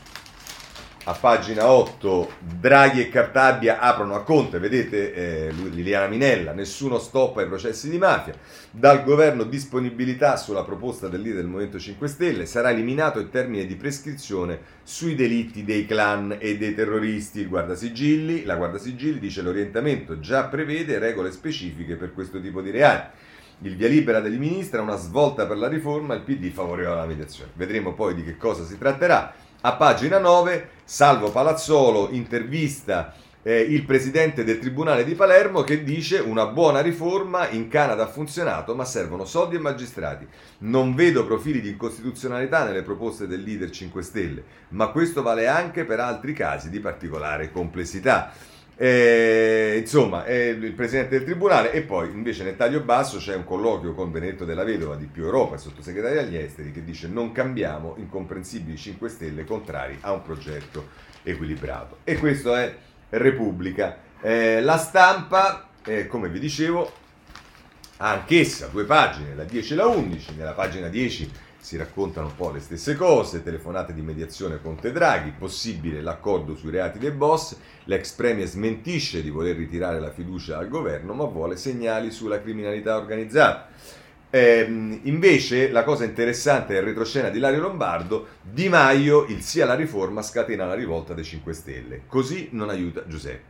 Speaker 1: A pagina otto, Draghi e Cartabia aprono a Conte, vedete eh, Liliana Minella, nessuno stop ai processi di mafia, dal governo disponibilità sulla proposta del leader del Movimento cinque Stelle, sarà eliminato il termine di prescrizione sui delitti dei clan e dei terroristi. Il Guardasigilli, la Guardasigilli dice l'orientamento già prevede regole specifiche per questo tipo di reati. Il via libera del ministro, una svolta per la riforma, il P D favorevole alla mediazione. Vedremo poi di che cosa si tratterà. A pagina nove, Salvo Palazzolo intervista eh, il presidente del Tribunale di Palermo che dice una buona riforma in Canada ha funzionato ma servono soldi e magistrati. Non vedo profili di incostituzionalità nelle proposte del leader cinque Stelle, ma questo vale anche per altri casi di particolare complessità. Eh, insomma, è il presidente del tribunale. E poi invece nel taglio basso c'è un colloquio con Benedetto Della Vedova di Più Europa, il sottosegretario agli esteri, che dice non cambiamo, incomprensibili cinque Stelle contrari a un progetto equilibrato. E questo è Repubblica. Eh, la Stampa, eh, come vi dicevo, ha anch'essa due pagine, la dieci e la undici. Nella pagina dieci si raccontano un po' le stesse cose, telefonate di mediazione Conte-Draghi, possibile l'accordo sui reati dei boss, l'ex premier smentisce di voler ritirare la fiducia al governo ma vuole segnali sulla criminalità organizzata. Ehm, invece la cosa interessante è il retroscena di Ilario Lombardo. Di Maio, il sì alla riforma scatena la rivolta dei cinque Stelle, così non aiuta Giuseppe.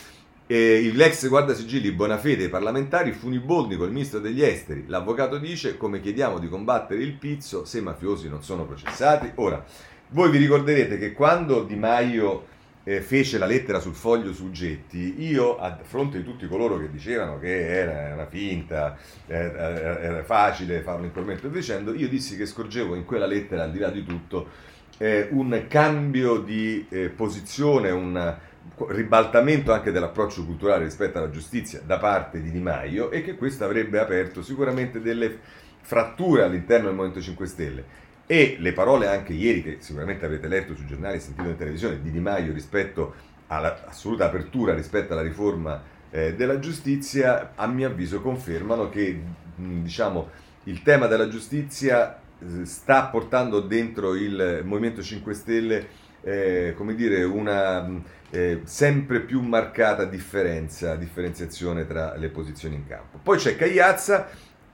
Speaker 1: E l'ex guardasigilli Bonafede ai parlamentari funiboldi col ministro degli esteri. L'avvocato dice: come chiediamo di combattere il pizzo se i mafiosi non sono processati. Ora, voi vi ricorderete che quando Di Maio eh, fece la lettera sul foglio su Getti, io, a fronte di tutti coloro che dicevano che era una finta, eh, era facile fare un incremento e dicendo, io dissi che scorgevo in quella lettera, al di là di tutto, eh, un cambio di eh, posizione, un ribaltamento anche dell'approccio culturale rispetto alla giustizia da parte di Di Maio, e che questo avrebbe aperto sicuramente delle fratture all'interno del Movimento cinque Stelle. E le parole anche ieri, che sicuramente avete letto sui giornali e sentito in televisione, di Di Maio rispetto all'assoluta apertura rispetto alla riforma eh, della giustizia, a mio avviso confermano che mh, diciamo, il tema della giustizia eh, sta portando dentro il Movimento cinque Stelle eh, come dire, una eh, sempre più marcata differenza, differenziazione tra le posizioni in campo. Poi c'è Cagliazza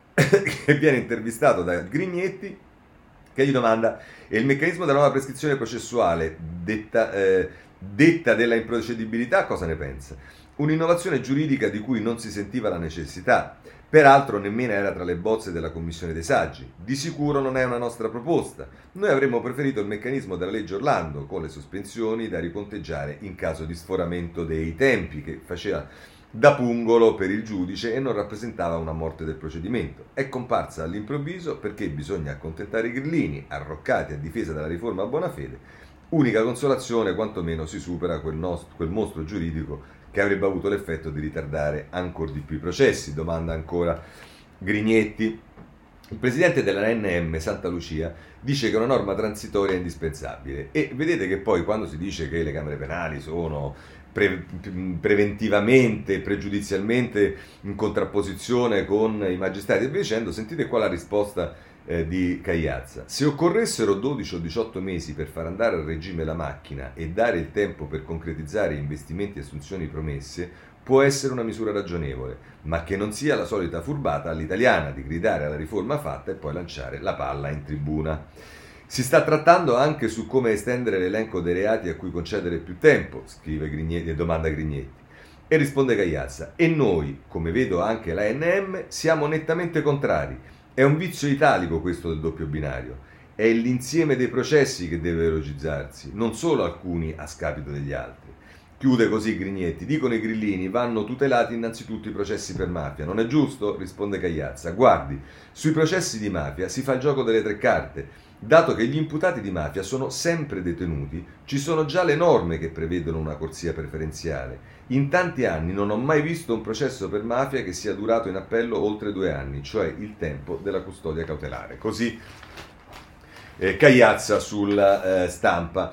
Speaker 1: che viene intervistato da Grignetti, che gli domanda: e il meccanismo della nuova prescrizione processuale detta, eh, detta della improcedibilità, cosa ne pensa? Un'innovazione giuridica di cui non si sentiva la necessità, peraltro nemmeno era tra le bozze della Commissione dei Saggi. Di sicuro non è una nostra proposta. Noi avremmo preferito il meccanismo della legge Orlando, con le sospensioni da riconteggiare in caso di sforamento dei tempi, che faceva da pungolo per il giudice e non rappresentava una morte del procedimento. È comparsa all'improvviso perché bisogna accontentare i grillini, arroccati a difesa della riforma a buona fede. Unica consolazione, quantomeno si supera quel, nostro, quel mostro giuridico che avrebbe avuto l'effetto di ritardare ancora di più i processi. Domanda ancora Grignetti. Il presidente della N M, Santa Lucia, dice che una norma transitoria è indispensabile, e vedete che poi quando si dice che le camere penali sono pre- preventivamente, pregiudizialmente in contrapposizione con i magistrati e via dicendo, sentite qua la risposta eh, di Cagliazza: se occorressero dodici o diciotto mesi per far andare a regime la macchina e dare il tempo per concretizzare investimenti e assunzioni promesse, può essere una misura ragionevole, ma che non sia la solita furbata all'italiana di gridare alla riforma fatta e poi lanciare la palla in tribuna. Si sta trattando anche su come estendere l'elenco dei reati a cui concedere più tempo, scrive Grignetti e domanda Grignetti. E risponde Cagliazza: e noi, come vedo anche la N M, siamo nettamente contrari. È un vizio italico questo del doppio binario. È l'insieme dei processi che deve velocizzarsi, non solo alcuni a scapito degli altri. Chiude così Grignetti: dicono i grillini, vanno tutelati innanzitutto i processi per mafia. Non è giusto? Risponde Cagliazza: guardi, sui processi di mafia si fa il gioco delle tre carte. Dato che gli imputati di mafia sono sempre detenuti, ci sono già le norme che prevedono una corsia preferenziale. In tanti anni non ho mai visto un processo per mafia che sia durato in appello oltre due anni, cioè il tempo della custodia cautelare. Così eh, Cagliazza sulla eh, stampa.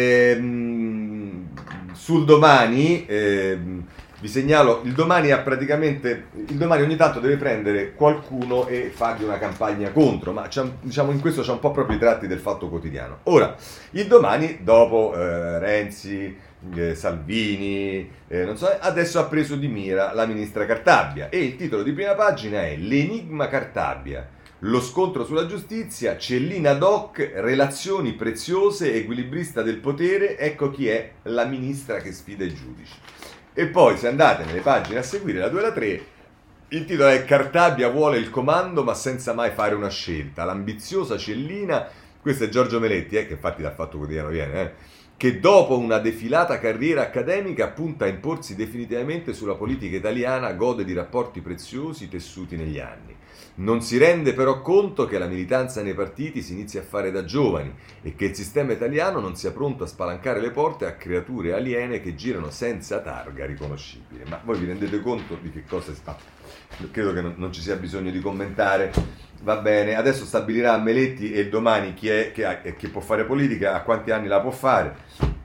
Speaker 1: Ehm, sul Domani ehm, vi segnalo, il Domani ha praticamente, il Domani ogni tanto deve prendere qualcuno e fargli una campagna contro, ma diciamo in questo c'è un po' proprio i tratti del Fatto Quotidiano. Ora, il Domani, dopo eh, Renzi, eh, Salvini, eh, non so, adesso ha preso di mira la ministra Cartabia, e il titolo di prima pagina è L'enigma Cartabia. Lo scontro sulla giustizia, Cellina Doc, relazioni preziose, equilibrista del potere, ecco chi è la ministra che sfida i giudici. E poi, se andate nelle pagine a seguire, la due e la tre, il titolo è Cartabia vuole il comando ma senza mai fare una scelta. L'ambiziosa Cellina, questo è Giorgio Meletti, eh, che infatti dal Fatto Quotidiano viene, eh, che dopo una defilata carriera accademica punta a imporsi definitivamente sulla politica italiana, gode di rapporti preziosi tessuti negli anni. Non si rende però conto che la militanza nei partiti si inizia a fare da giovani e che il sistema italiano non sia pronto a spalancare le porte a creature aliene che girano senza targa riconoscibile. Ma voi vi rendete conto di che cosa si fa? Credo che non, non ci sia bisogno di commentare. Va bene, adesso stabilirà Meletti e il Domani chi è che, ha, che può fare politica, a quanti anni la può fare.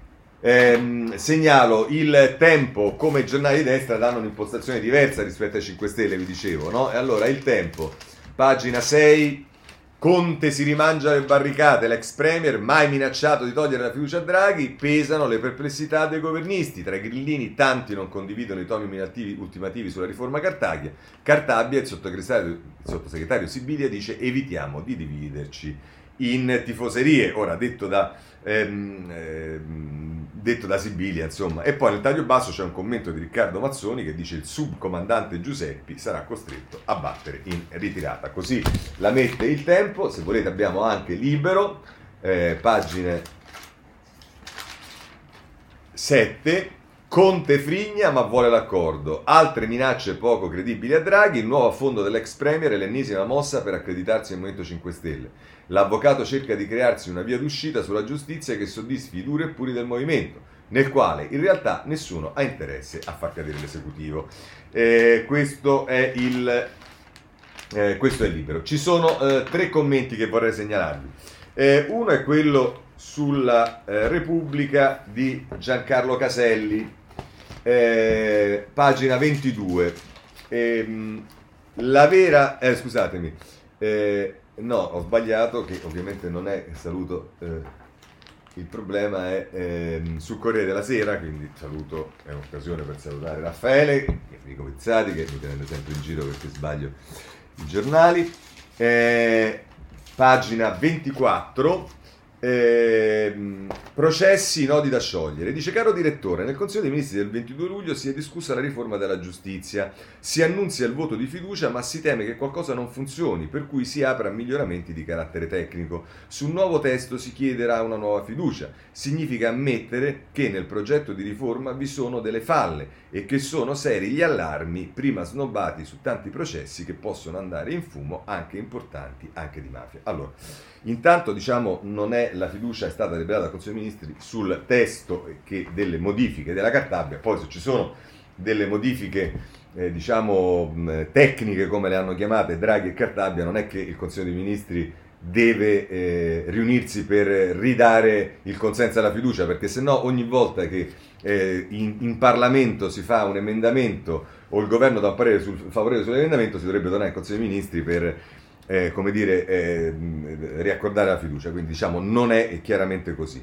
Speaker 1: Eh, segnalo il Tempo, come i giornali di destra danno un'impostazione diversa rispetto ai cinque Stelle, vi dicevo, no? E allora il Tempo, pagina sei, Conte si rimangia le barricate, l'ex premier mai minacciato di togliere la fiducia a Draghi, pesano le perplessità dei governisti. Tra i grillini tanti non condividono i toni ultimativi sulla riforma Cartabia. Cartabia, il sottosegretario, il sottosegretario Sibilia dice evitiamo di dividerci in tifoserie, ora detto da, ehm, ehm, detto da Sibilia, insomma. E poi nel taglio basso c'è un commento di Riccardo Mazzoni che dice il subcomandante Giuseppi sarà costretto a battere in ritirata. Così la mette Il Tempo. Se volete abbiamo anche Libero, eh, pagine sette. Conte frigna ma vuole l'accordo. Altre minacce poco credibili a Draghi. Il nuovo affondo dell'ex premier è l'ennesima mossa per accreditarsi al Movimento cinque Stelle. L'avvocato cerca di crearsi una via d'uscita sulla giustizia che soddisfi i duri e puri del movimento, nel quale in realtà nessuno ha interesse a far cadere l'esecutivo. Eh, questo è il eh, questo è Libero. Ci sono eh, tre commenti che vorrei segnalarvi. Eh, uno è quello sulla eh, Repubblica di Giancarlo Caselli, eh, pagina ventidue. Eh, la vera, eh, scusatemi, eh, no, ho sbagliato, che ovviamente non è saluto, eh, il problema è eh, sul Corriere della Sera, quindi saluto, è un'occasione per salutare Raffaele, Enrico Pizzati, che mi prende sempre in giro perché sbaglio i giornali. Eh, pagina ventiquattro. Eh, processi, nodi da sciogliere. Dice: caro direttore, nel Consiglio dei Ministri del ventidue luglio si è discussa la riforma della giustizia, si annunzia il voto di fiducia ma si teme che qualcosa non funzioni, per cui si apre a miglioramenti di carattere tecnico. Sul nuovo testo si chiederà una nuova fiducia. Significa ammettere che nel progetto di riforma vi sono delle falle e che sono seri gli allarmi prima snobbati su tanti processi che possono andare in fumo, anche importanti, anche di mafia. Allora, intanto diciamo non è la fiducia è stata deliberata dal Consiglio dei Ministri sul testo che delle modifiche della Cartabia, poi se ci sono delle modifiche eh, diciamo mh, tecniche come le hanno chiamate Draghi e Cartabia, non è che il Consiglio dei Ministri deve eh, riunirsi per ridare il consenso alla fiducia, perché sennò ogni volta che eh, in, in Parlamento si fa un emendamento o il governo dà un parere sul, favorevole sull'emendamento, si dovrebbe tornare al Consiglio dei Ministri per Eh, come dire, eh, riaccordare la fiducia, quindi diciamo non è chiaramente così.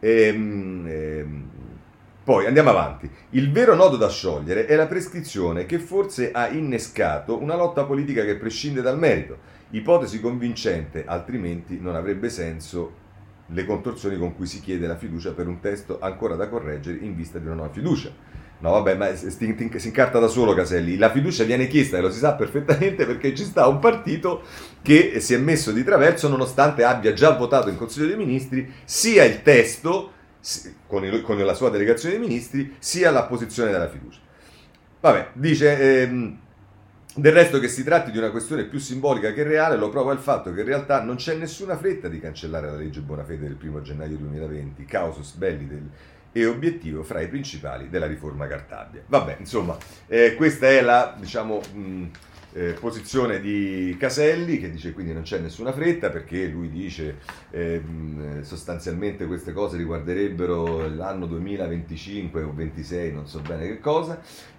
Speaker 1: Ehm, ehm, poi andiamo avanti. Il vero nodo da sciogliere è la prescrizione che forse ha innescato una lotta politica che prescinde dal merito, ipotesi convincente, altrimenti non avrebbe senso le contorsioni con cui si chiede la fiducia per un testo ancora da correggere in vista di una nuova fiducia. No, vabbè, ma si, si incarta da solo Caselli. La fiducia viene chiesta, e lo si sa perfettamente, perché ci sta un partito che si è messo di traverso nonostante abbia già votato in Consiglio dei Ministri sia il testo, con, il, con la sua delegazione dei ministri, sia la posizione della fiducia. Vabbè, dice... Ehm, Del resto, che si tratti di una questione più simbolica che reale lo prova il fatto che in realtà non c'è nessuna fretta di cancellare la legge Bonafede del primo gennaio duemilaventi, causus belli del, e obiettivo fra i principali della riforma Cartabia. Vabbè, insomma, eh, questa è la, diciamo, mh, eh, posizione di Caselli, che dice quindi non c'è nessuna fretta, perché lui dice eh, mh, sostanzialmente queste cose riguarderebbero l'anno duemilaventicinque o ventisei, non so bene che cosa.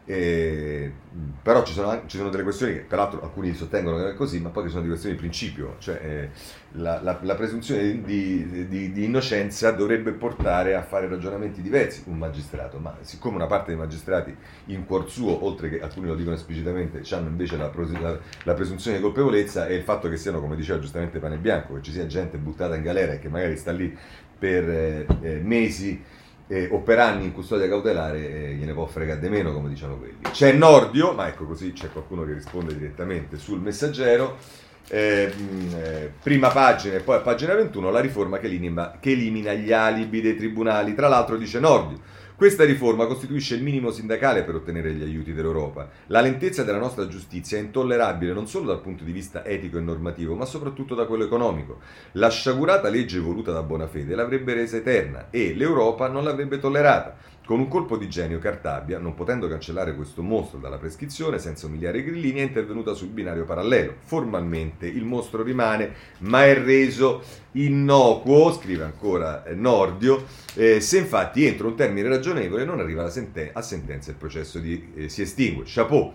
Speaker 1: Eh, però ci sono, ci sono delle questioni che peraltro alcuni sostengono che è così, ma poi ci sono delle questioni di principio, cioè eh, la, la, la presunzione di, di, di innocenza dovrebbe portare a fare ragionamenti diversi un magistrato, ma siccome una parte dei magistrati in cuor suo, oltre che alcuni lo dicono esplicitamente, hanno invece la, la, la presunzione di colpevolezza, e il fatto che siano, come diceva giustamente Panebianco, che ci sia gente buttata in galera e che magari sta lì per eh, eh, mesi Eh, o per anni in custodia cautelare, eh, gliene può fregare di meno, come diciamo quelli. C'è Nordio, ma ecco, così c'è qualcuno che risponde direttamente sul Messaggero, eh, eh, prima pagina e poi a pagina ventuno, la riforma che elimina, che elimina gli alibi dei tribunali. Tra l'altro dice Nordio: questa riforma costituisce il minimo sindacale per ottenere gli aiuti dell'Europa. La lentezza della nostra giustizia è intollerabile non solo dal punto di vista etico e normativo, ma soprattutto da quello economico. La sciagurata legge voluta da Bonafede l'avrebbe resa eterna e l'Europa non l'avrebbe tollerata. Con un colpo di genio Cartabia, non potendo cancellare questo mostro dalla prescrizione senza umiliare i grillini, è intervenuta sul binario parallelo. Formalmente il mostro rimane, ma è reso innocuo, scrive ancora eh, Nordio, eh, se infatti entro un termine ragionevole non arriva la senten- a sentenza il processo di, eh, si estingue. Chapeau!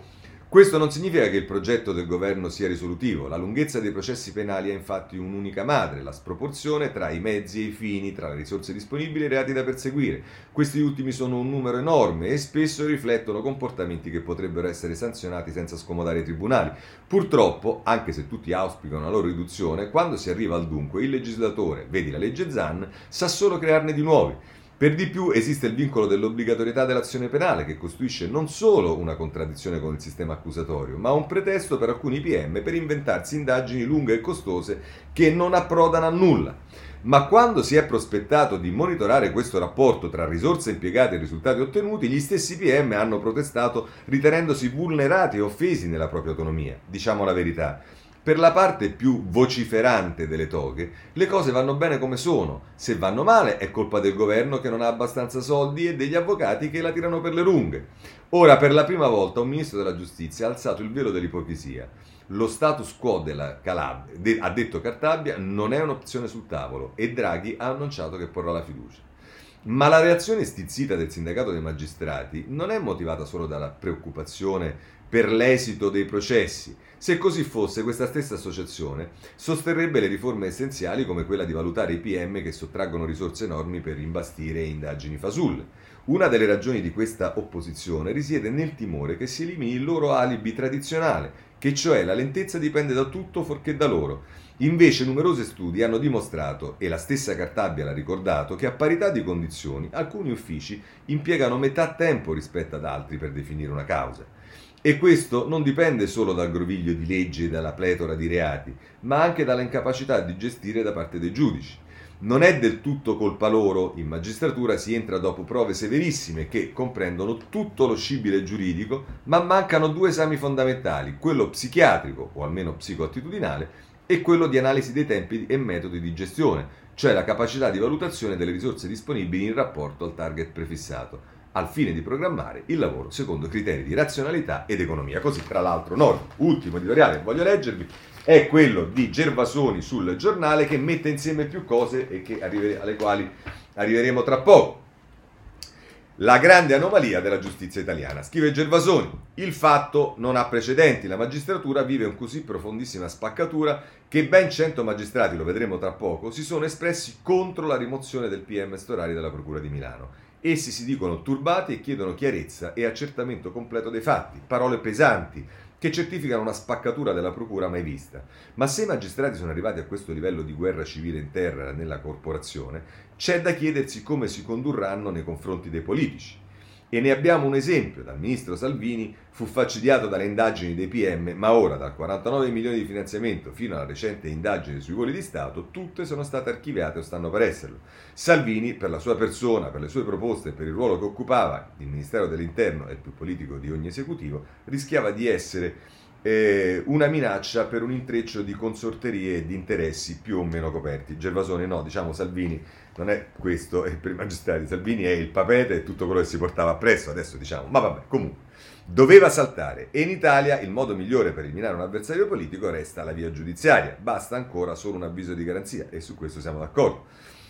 Speaker 1: Questo non significa che il progetto del governo sia risolutivo. La lunghezza dei processi penali ha infatti un'unica madre, la sproporzione tra i mezzi e i fini, tra le risorse disponibili e i reati da perseguire. Questi ultimi sono un numero enorme e spesso riflettono comportamenti che potrebbero essere sanzionati senza scomodare i tribunali. Purtroppo, anche se tutti auspicano la loro riduzione, quando si arriva al dunque, il legislatore, vedi la legge Zan, sa solo crearne di nuovi. Per di più esiste il vincolo dell'obbligatorietà dell'azione penale, che costituisce non solo una contraddizione con il sistema accusatorio, ma un pretesto per alcuni P M per inventarsi indagini lunghe e costose che non approdano a nulla. Ma quando si è prospettato di monitorare questo rapporto tra risorse impiegate e risultati ottenuti, gli stessi P M hanno protestato ritenendosi vulnerati e offesi nella propria autonomia. Diciamo la verità. Per la parte più vociferante delle toghe, le cose vanno bene come sono. Se vanno male è colpa del governo che non ha abbastanza soldi e degli avvocati che la tirano per le lunghe. Ora, per la prima volta, un ministro della giustizia ha alzato il velo dell'ipocrisia. Lo status quo della Calabria, de, ha detto Cartabia, non è un'opzione sul tavolo e Draghi ha annunciato che porrà la fiducia. Ma la reazione stizzita del sindacato dei magistrati non è motivata solo dalla preoccupazione per l'esito dei processi. Se così fosse, questa stessa associazione sosterrebbe le riforme essenziali come quella di valutare i P M che sottraggono risorse enormi per imbastire indagini fasulle. Una delle ragioni di questa opposizione risiede nel timore che si elimini il loro alibi tradizionale, che cioè la lentezza dipende da tutto fuorché da loro. Invece numerosi studi hanno dimostrato, e la stessa Cartabia l'ha ricordato, che a parità di condizioni alcuni uffici impiegano metà tempo rispetto ad altri per definire una causa. E questo non dipende solo dal groviglio di leggi e dalla pletora di reati, ma anche dalla incapacità di gestire da parte dei giudici. Non è del tutto colpa loro, in magistratura si entra dopo prove severissime che comprendono tutto lo scibile giuridico, ma mancano due esami fondamentali, quello psichiatrico, o almeno psicoattitudinale, e quello di analisi dei tempi e metodi di gestione, cioè la capacità di valutazione delle risorse disponibili in rapporto al target prefissato, al fine di programmare il lavoro secondo criteri di razionalità ed economia. Così, tra l'altro, Norma, ultimo editoriale che voglio leggervi, è quello di Gervasoni sul Giornale, che mette insieme più cose e che arrive, alle quali arriveremo tra poco. La grande anomalia della giustizia italiana. Scrive Gervasoni: il fatto non ha precedenti, la magistratura vive un così profondissima spaccatura che ben cento magistrati, lo vedremo tra poco, si sono espressi contro la rimozione del P M Storari dalla Procura di Milano. Essi si dicono turbati e chiedono chiarezza e accertamento completo dei fatti, parole pesanti che certificano una spaccatura della procura mai vista. Ma se i magistrati sono arrivati a questo livello di guerra civile in terra nella corporazione, c'è da chiedersi come si condurranno nei confronti dei politici. E ne abbiamo un esempio: dal ministro Salvini fu falcidiato dalle indagini dei P M, ma ora dal quarantanove milioni di finanziamento fino alla recente indagine sui voli di Stato, tutte sono state archiviate o stanno per esserlo. Salvini, per la sua persona, per le sue proposte e per il ruolo che occupava, il Ministero dell'Interno è il più politico di ogni esecutivo, rischiava di essere eh, una minaccia per un intreccio di consorterie e di interessi più o meno coperti. Gervasoni no, diciamo Salvini non è questo, è per i magistrati, Salvini è il papete e tutto quello che si portava appresso, adesso diciamo, ma vabbè, comunque, doveva saltare, e in Italia il modo migliore per eliminare un avversario politico resta la via giudiziaria, basta ancora solo un avviso di garanzia, e su questo siamo d'accordo.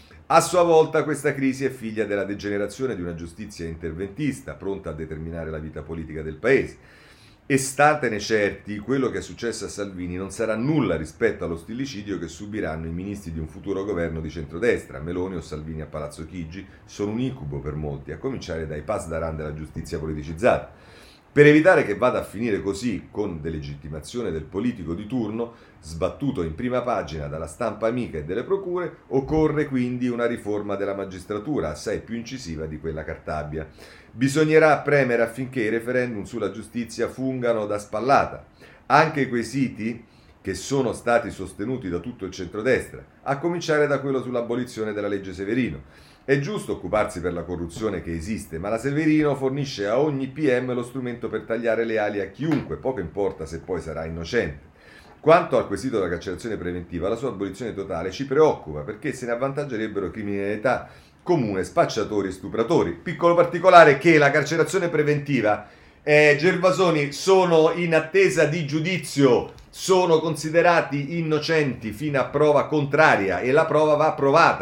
Speaker 1: A sua volta questa crisi è figlia della degenerazione di una giustizia interventista, pronta a determinare la vita politica del paese. E statene certi, quello che è successo a Salvini non sarà nulla rispetto allo stillicidio che subiranno i ministri di un futuro governo di centrodestra. Meloni o Salvini a Palazzo Chigi sono un incubo per molti, a cominciare dai pasdaran della giustizia politicizzata. Per evitare che vada a finire così, con delegittimazione del politico di turno, sbattuto in prima pagina dalla stampa amica e delle procure, occorre quindi una riforma della magistratura assai più incisiva di quella Cartabia. Bisognerà premere affinché i referendum sulla giustizia fungano da spallata. Anche quei siti che sono stati sostenuti da tutto il centrodestra, a cominciare da quello sull'abolizione della legge Severino. È giusto occuparsi per la corruzione che esiste, ma la Severino fornisce a ogni P M lo strumento per tagliare le ali a chiunque, poco importa se poi sarà innocente. Quanto al quesito della carcerazione preventiva, la sua abolizione totale ci preoccupa perché se ne avvantaggerebbero criminalità comune, spacciatori e stupratori. Piccolo particolare che la carcerazione preventiva, eh, Gervasoni, sono in attesa di giudizio, sono considerati innocenti fino a prova contraria e la prova va provata.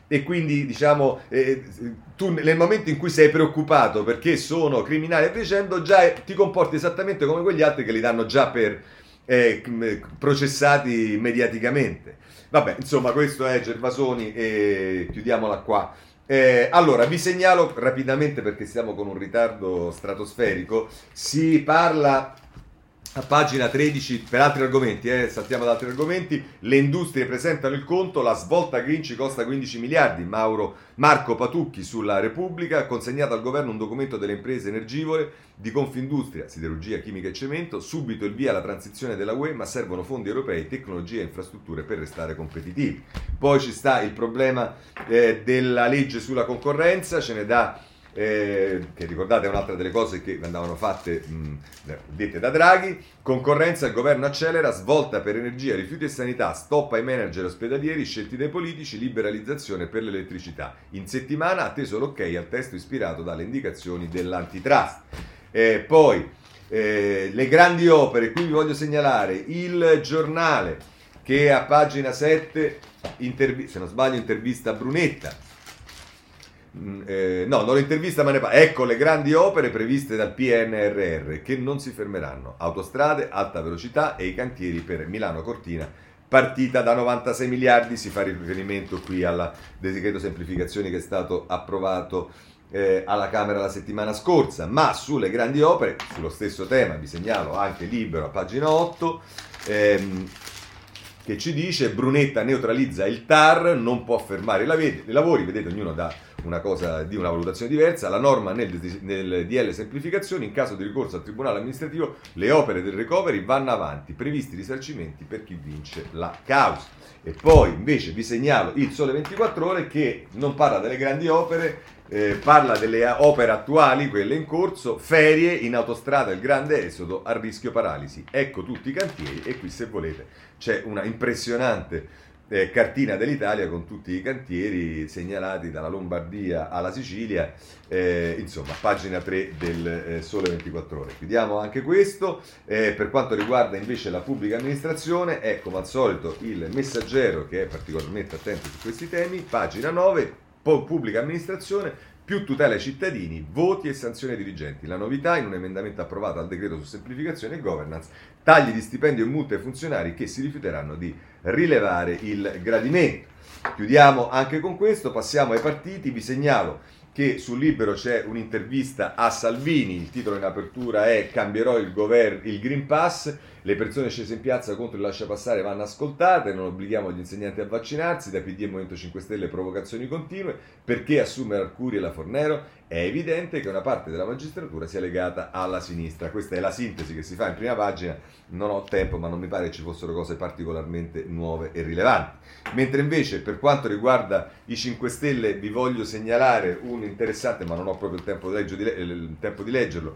Speaker 1: e quindi diciamo eh, tu nel momento in cui sei preoccupato perché sono criminali e dicendo già ti comporti esattamente come quegli altri che li danno già per eh, processati mediaticamente. Vabbè, insomma, questo è Gervasoni e chiudiamola qua. Eh, allora, vi segnalo rapidamente perché siamo con un ritardo stratosferico, si parla a pagina tredici, per altri argomenti, eh, saltiamo ad altri argomenti, le industrie presentano il conto, la svolta green ci costa quindici miliardi, Mauro, Marco Patucchi sulla Repubblica, ha consegnato al governo un documento delle imprese energivore di Confindustria, siderurgia, chimica e cemento, subito il via alla transizione della U E, ma servono fondi europei, tecnologie e infrastrutture per restare competitivi. Poi ci sta il problema eh, della legge sulla concorrenza, ce ne dà... Eh, che ricordate è un'altra delle cose che andavano fatte mh, dette da Draghi. Concorrenza, il governo accelera, svolta per energia, rifiuti e sanità, stop ai manager ospedalieri scelti dai politici, liberalizzazione per l'elettricità. In settimana ha atteso l'ok al testo ispirato dalle indicazioni dell'antitrust. Eh, poi eh, le grandi opere, qui vi voglio segnalare il Giornale che a pagina sette intervi- se non sbaglio intervista Brunetta. Eh, no, non l'intervista ma ne parla. Ecco le grandi opere previste dal P N R R che non si fermeranno: autostrade, alta velocità e i cantieri per Milano-Cortina, partita da novantasei miliardi. Si fa riferimento qui al decreto semplificazioni che è stato approvato eh, alla Camera la settimana scorsa. Ma sulle grandi opere, sullo stesso tema, vi segnalo anche Libero a pagina otto, ehm, che ci dice: Brunetta neutralizza il T A R, non può fermare i lavori. Vedete, ognuno dà una cosa di una valutazione diversa. La norma nel, nel D L semplificazioni: in caso di ricorso al tribunale amministrativo le opere del recovery vanno avanti, previsti risarcimenti per chi vince la causa. E poi invece vi segnalo il Sole ventiquattro Ore che non parla delle grandi opere, eh, parla delle opere attuali, quelle in corso. Ferie in autostrada, il grande esodo, a rischio paralisi. Ecco tutti i cantieri e qui, se volete, c'è una impressionante Eh, cartina dell'Italia con tutti i cantieri segnalati dalla Lombardia alla Sicilia, eh, insomma, pagina tre del eh, Sole ventiquattro Ore. Chiudiamo anche questo. Eh, per quanto riguarda invece la pubblica amministrazione, è come al solito il Messaggero che è particolarmente attento su questi temi, pagina nove, pubblica amministrazione, più tutela ai cittadini, voti e sanzioni ai dirigenti. La novità in un emendamento approvato al decreto su semplificazione e governance, tagli di stipendio e multe ai funzionari che si rifiuteranno di rilevare il gradimento. Chiudiamo anche con questo, passiamo ai partiti. Vi segnalo che sul Libero c'è un'intervista a Salvini, il titolo in apertura è "Cambierò il, gover- il Green Pass, le persone scese in piazza contro il lasciapassare vanno ascoltate, non obblighiamo gli insegnanti a vaccinarsi, da P D e Movimento cinque Stelle provocazioni continue, perché assumere Arcuri e la Fornero? È evidente che una parte della magistratura sia legata alla sinistra". Questa è la sintesi che si fa in prima pagina, non ho tempo ma non mi pare ci fossero cose particolarmente nuove e rilevanti. Mentre invece per quanto riguarda i cinque Stelle vi voglio segnalare un interessante, ma non ho proprio il tempo di, leggio, di, le, il tempo di leggerlo,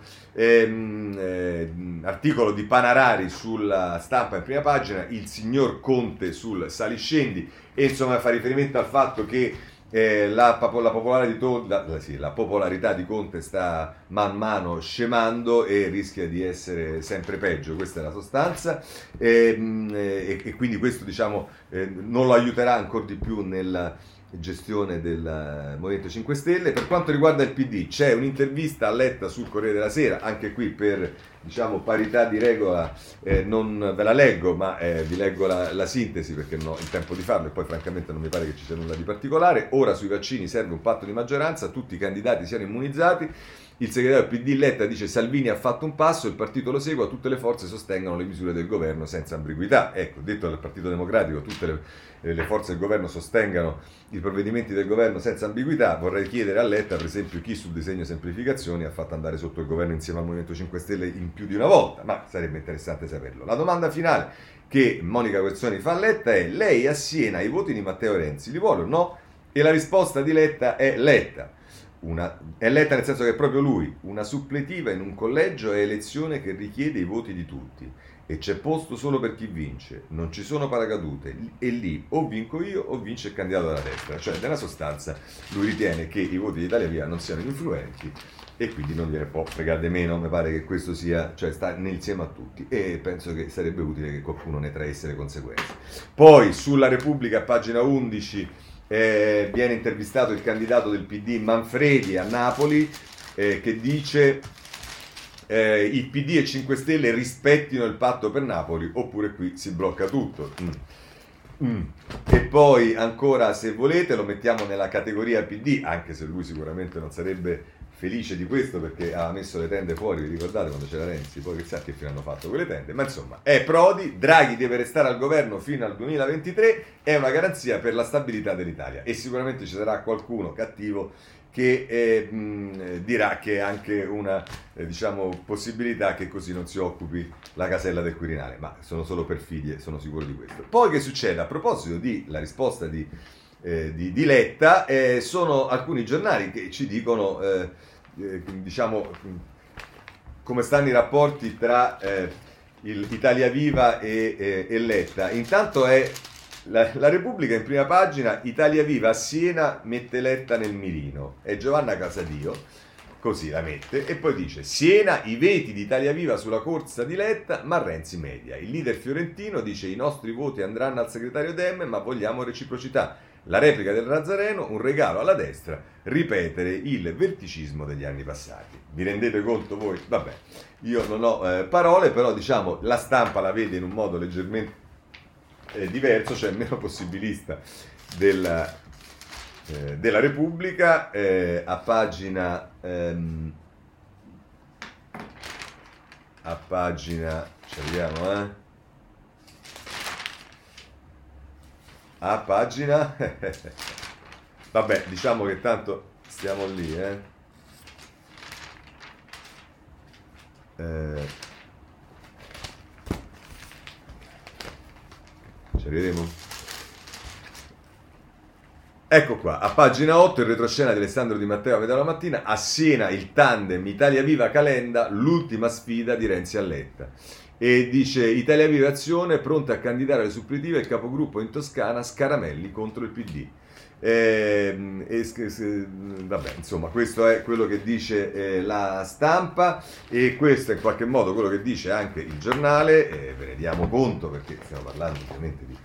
Speaker 1: ehm, eh, articolo di Panarari sulla Stampa in prima pagina, il signor Conte sul saliscendi, e insomma fa riferimento al fatto che Eh, la, la, popolare di to- la, sì, la popolarità di Conte sta man mano scemando e rischia di essere sempre peggio, questa è la sostanza, e, e, e quindi questo diciamo eh, non lo aiuterà ancora di più nella gestione del Movimento cinque Stelle. Per quanto riguarda il P D c'è un'intervista a Letta sul Corriere della Sera, anche qui per diciamo parità di regola eh, non ve la leggo, ma eh, vi leggo la, la sintesi perché non ho il tempo di farlo e poi francamente non mi pare che ci sia nulla di particolare. Ora sui vaccini serve un patto di maggioranza, tutti i candidati siano immunizzati. Il segretario del P D Letta dice: Salvini ha fatto un passo, il partito lo segua, tutte le forze sostengano le misure del governo senza ambiguità. Ecco, detto dal Partito Democratico, tutte le, le forze del governo sostengano i provvedimenti del governo senza ambiguità. Vorrei chiedere a Letta, per esempio, chi sul disegno semplificazioni ha fatto andare sotto il governo insieme al Movimento cinque Stelle in più di una volta, ma sarebbe interessante saperlo. La domanda finale che Monica Guerzoni fa a Letta è: lei a Siena i voti di Matteo Renzi li vuole o no? E la risposta di Letta è Letta. Una, è Letta nel senso che è proprio lui, una suppletiva in un collegio è elezione che richiede i voti di tutti e c'è posto solo per chi vince, non ci sono paracadute e lì o vinco io o vince il candidato della destra. Cioè nella sostanza lui ritiene che i voti di Italia Viva non siano influenti e quindi non gliene può fregare di meno. Mi pare che questo sia, cioè sta insieme a tutti, e penso che sarebbe utile che qualcuno ne traesse le conseguenze. Poi sulla Repubblica, pagina undici, eh, viene intervistato il candidato del P D Manfredi a Napoli, eh, che dice eh, il P D e cinque Stelle rispettino il patto per Napoli oppure qui si blocca tutto. Mm. Mm. E poi ancora, se volete, lo mettiamo nella categoria P D, anche se lui sicuramente non sarebbe felice di questo perché ha messo le tende fuori, vi ricordate quando c'era Renzi? Poi che sa che fine hanno fatto quelle tende, ma insomma è Prodi, Draghi deve restare al governo fino al duemilaventitré, è una garanzia per la stabilità dell'Italia e sicuramente ci sarà qualcuno cattivo che eh, mh, dirà che è anche una eh, diciamo possibilità che così non si occupi la casella del Quirinale, ma sono solo perfidie, sono sicuro di questo. Poi che succede? A proposito di la risposta di, eh, di, di Letta, eh, sono alcuni giornali che ci dicono eh, eh, diciamo come stanno i rapporti tra eh, il Italia Viva e, e, e Letta. Intanto è La, la Repubblica in prima pagina, Italia Viva a Siena mette Letta nel mirino, è Giovanna Casadio, così la mette, e poi dice Siena, i veti di Italia Viva sulla corsa di Letta, ma Renzi media. Il leader fiorentino dice i nostri voti andranno al segretario Dem, ma vogliamo reciprocità. La replica del Razzareno, un regalo alla destra, ripetere il verticismo degli anni passati. Vi rendete conto voi? Vabbè, io non ho eh, parole, però diciamo la stampa la vede in un modo leggermente Eh, diverso, cioè meno possibilista della, eh, della Repubblica, eh, a pagina ehm, a pagina ci arriviamo eh a pagina vabbè, diciamo che tanto stiamo lì eh, eh ci arriveremo. Ecco qua, a pagina otto il retroscena di Alessandro Di Matteo a metà della mattina, a Siena il tandem Italia Viva Calenda, l'ultima sfida di Renzi a Letta. E dice Italia Viva Azione pronta a candidare alle suppletive il capogruppo in Toscana Scaramelli contro il P D. E, e, e, vabbè, insomma, questo è quello che dice eh, la stampa e questo è in qualche modo quello che dice anche il giornale, e ve ne diamo conto perché stiamo parlando ovviamente di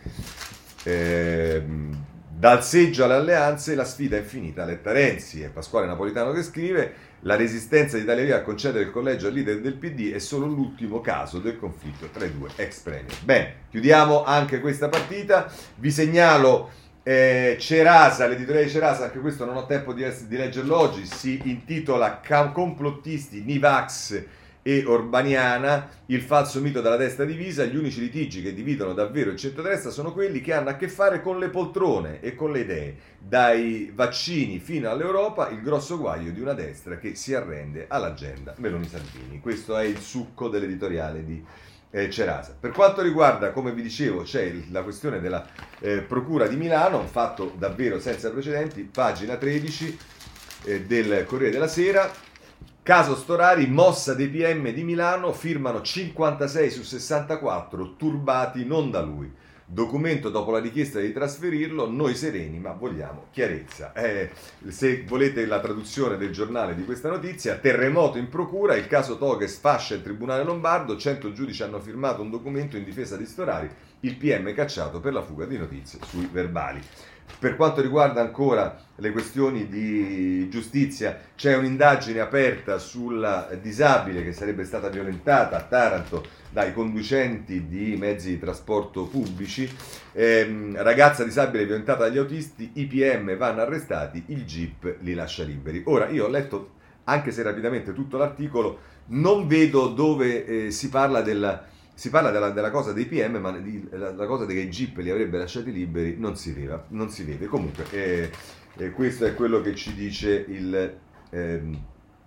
Speaker 1: eh, dal seggio alle alleanze la sfida è infinita. Letta Renzi, è Pasquale Napolitano che scrive la resistenza di Italia Viva a concedere il collegio al leader del P D è solo l'ultimo caso del conflitto tra i due ex premier. Bene, chiudiamo anche questa partita, vi segnalo Eh, Cerasa, l'editoriale di Cerasa, anche questo non ho tempo di, di leggerlo oggi, si intitola Complottisti, Nivax e Orbaniana, il falso mito della destra divisa, gli unici litigi che dividono davvero il centrodestra sono quelli che hanno a che fare con le poltrone e con le idee, dai vaccini fino all'Europa, il grosso guaio di una destra che si arrende all'agenda Meloni-Salvini. Questo è il succo dell'editoriale di Eh, Cerasa. Per quanto riguarda, come vi dicevo, c'è il, la questione della eh, Procura di Milano, un fatto davvero senza precedenti, pagina tredici eh, del Corriere della Sera, caso Storari, mossa dei P M di Milano, firmano cinquantasei su sessantaquattro, turbati non da lui. Documento dopo la richiesta di trasferirlo, noi sereni ma vogliamo chiarezza. Eh, se volete la traduzione del giornale di questa notizia, terremoto in procura, il caso Toghe sfascia il tribunale lombardo, cento giudici hanno firmato un documento in difesa di Storari, il P M cacciato per la fuga di notizie sui verbali. Per quanto riguarda ancora le questioni di giustizia, c'è un'indagine aperta sulla disabile che sarebbe stata violentata a Taranto dai conducenti di mezzi di trasporto pubblici, eh, ragazza disabile violentata dagli autisti, i P M vanno arrestati, il G I P li lascia liberi. Ora, io ho letto, anche se rapidamente, tutto l'articolo, non vedo dove eh, si parla della... Si parla della, della cosa dei P M, ma di, la, la cosa che i G I P li avrebbe lasciati liberi non si vede. Non si vede. Comunque, eh, eh, questo è quello che ci dice il, ehm,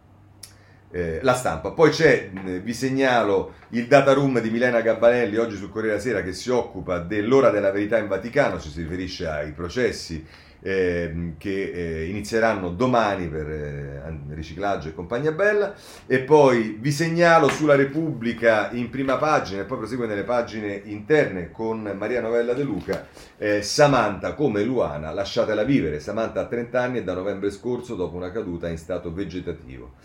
Speaker 1: eh, la stampa. Poi c'è, eh, vi segnalo, il data room di Milena Gabbanelli, oggi sul Corriere della Sera, che si occupa dell'ora della verità in Vaticano, ci si riferisce ai processi Eh, che eh, inizieranno domani per eh, riciclaggio e compagnia bella. E poi vi segnalo sulla Repubblica in prima pagina e poi prosegue nelle pagine interne con Maria Novella De Luca, eh, Samantha come Luana, lasciatela vivere. Samantha ha trenta anni e da novembre scorso dopo una caduta in stato vegetativo.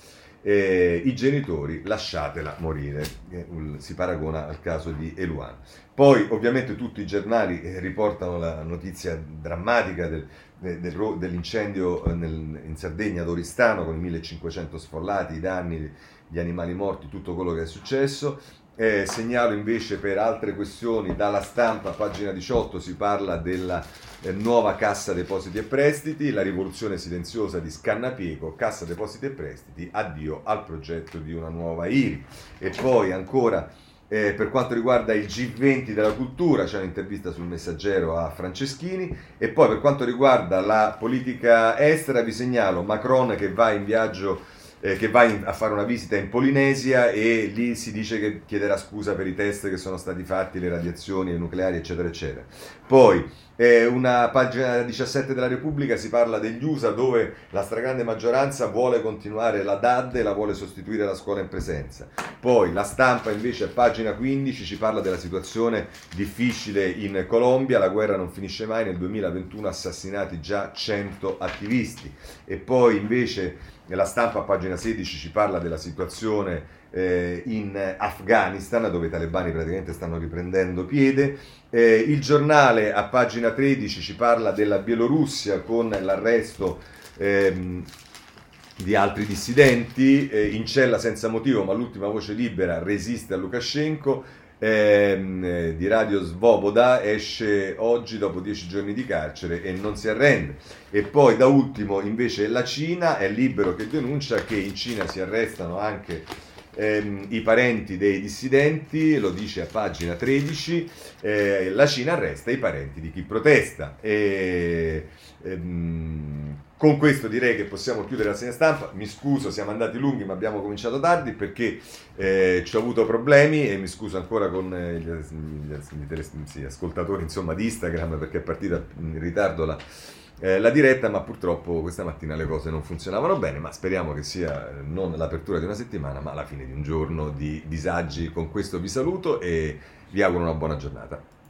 Speaker 1: eh, i genitori lasciatela morire, eh, si paragona al caso di Eluana. Poi ovviamente tutti i giornali eh, riportano la notizia drammatica del, del, del, dell'incendio nel, in Sardegna ad Oristano con i millecinquecento sfollati, i danni, gli animali morti, tutto quello che è successo. Eh, segnalo invece per altre questioni dalla Stampa, pagina diciotto, si parla della eh, nuova Cassa Depositi e Prestiti, la rivoluzione silenziosa di Scannapieco, Cassa Depositi e Prestiti, addio al progetto di una nuova I R I. E poi ancora eh, per quanto riguarda il G venti della cultura c'è un'intervista sul Messaggero a Franceschini. E poi per quanto riguarda la politica estera vi segnalo Macron che va in viaggio Eh, che va in, a fare una visita in Polinesia e lì si dice che chiederà scusa per i test che sono stati fatti, le radiazioni, le nucleari, eccetera, eccetera. Poi, eh, una pagina diciassette della Repubblica si parla degli U S A dove la stragrande maggioranza vuole continuare la D A D e la vuole sostituire la scuola in presenza. Poi, la Stampa invece a pagina quindici ci parla della situazione difficile in Colombia, la guerra non finisce mai, nel duemilaventuno assassinati già cento attivisti. E poi invece la Stampa a pagina sedici ci parla della situazione eh, in Afghanistan dove i talebani praticamente stanno riprendendo piede. Eh, il Giornale a pagina tredici ci parla della Bielorussia con l'arresto ehm, di altri dissidenti, eh, in cella senza motivo ma l'ultima voce libera resiste a Lukashenko. Eh, di Radio Svoboda esce oggi dopo dieci giorni di carcere e non si arrende. E poi da ultimo invece la Cina, è Libero che denuncia che in Cina si arrestano anche ehm, i parenti dei dissidenti, lo dice a pagina tredici, eh, la Cina arresta i parenti di chi protesta. E, ehm, con questo direi che possiamo chiudere la segna stampa. Mi scuso, siamo andati lunghi ma abbiamo cominciato tardi perché eh, ci ho avuto problemi e mi scuso ancora con eh, gli, gli, gli sì, ascoltatori insomma, di Instagram perché è partita in ritardo la, eh, la diretta, ma purtroppo questa mattina le cose non funzionavano bene, ma speriamo che sia non l'apertura di una settimana ma la fine di un giorno di disagi. Con questo vi saluto e vi auguro una buona giornata.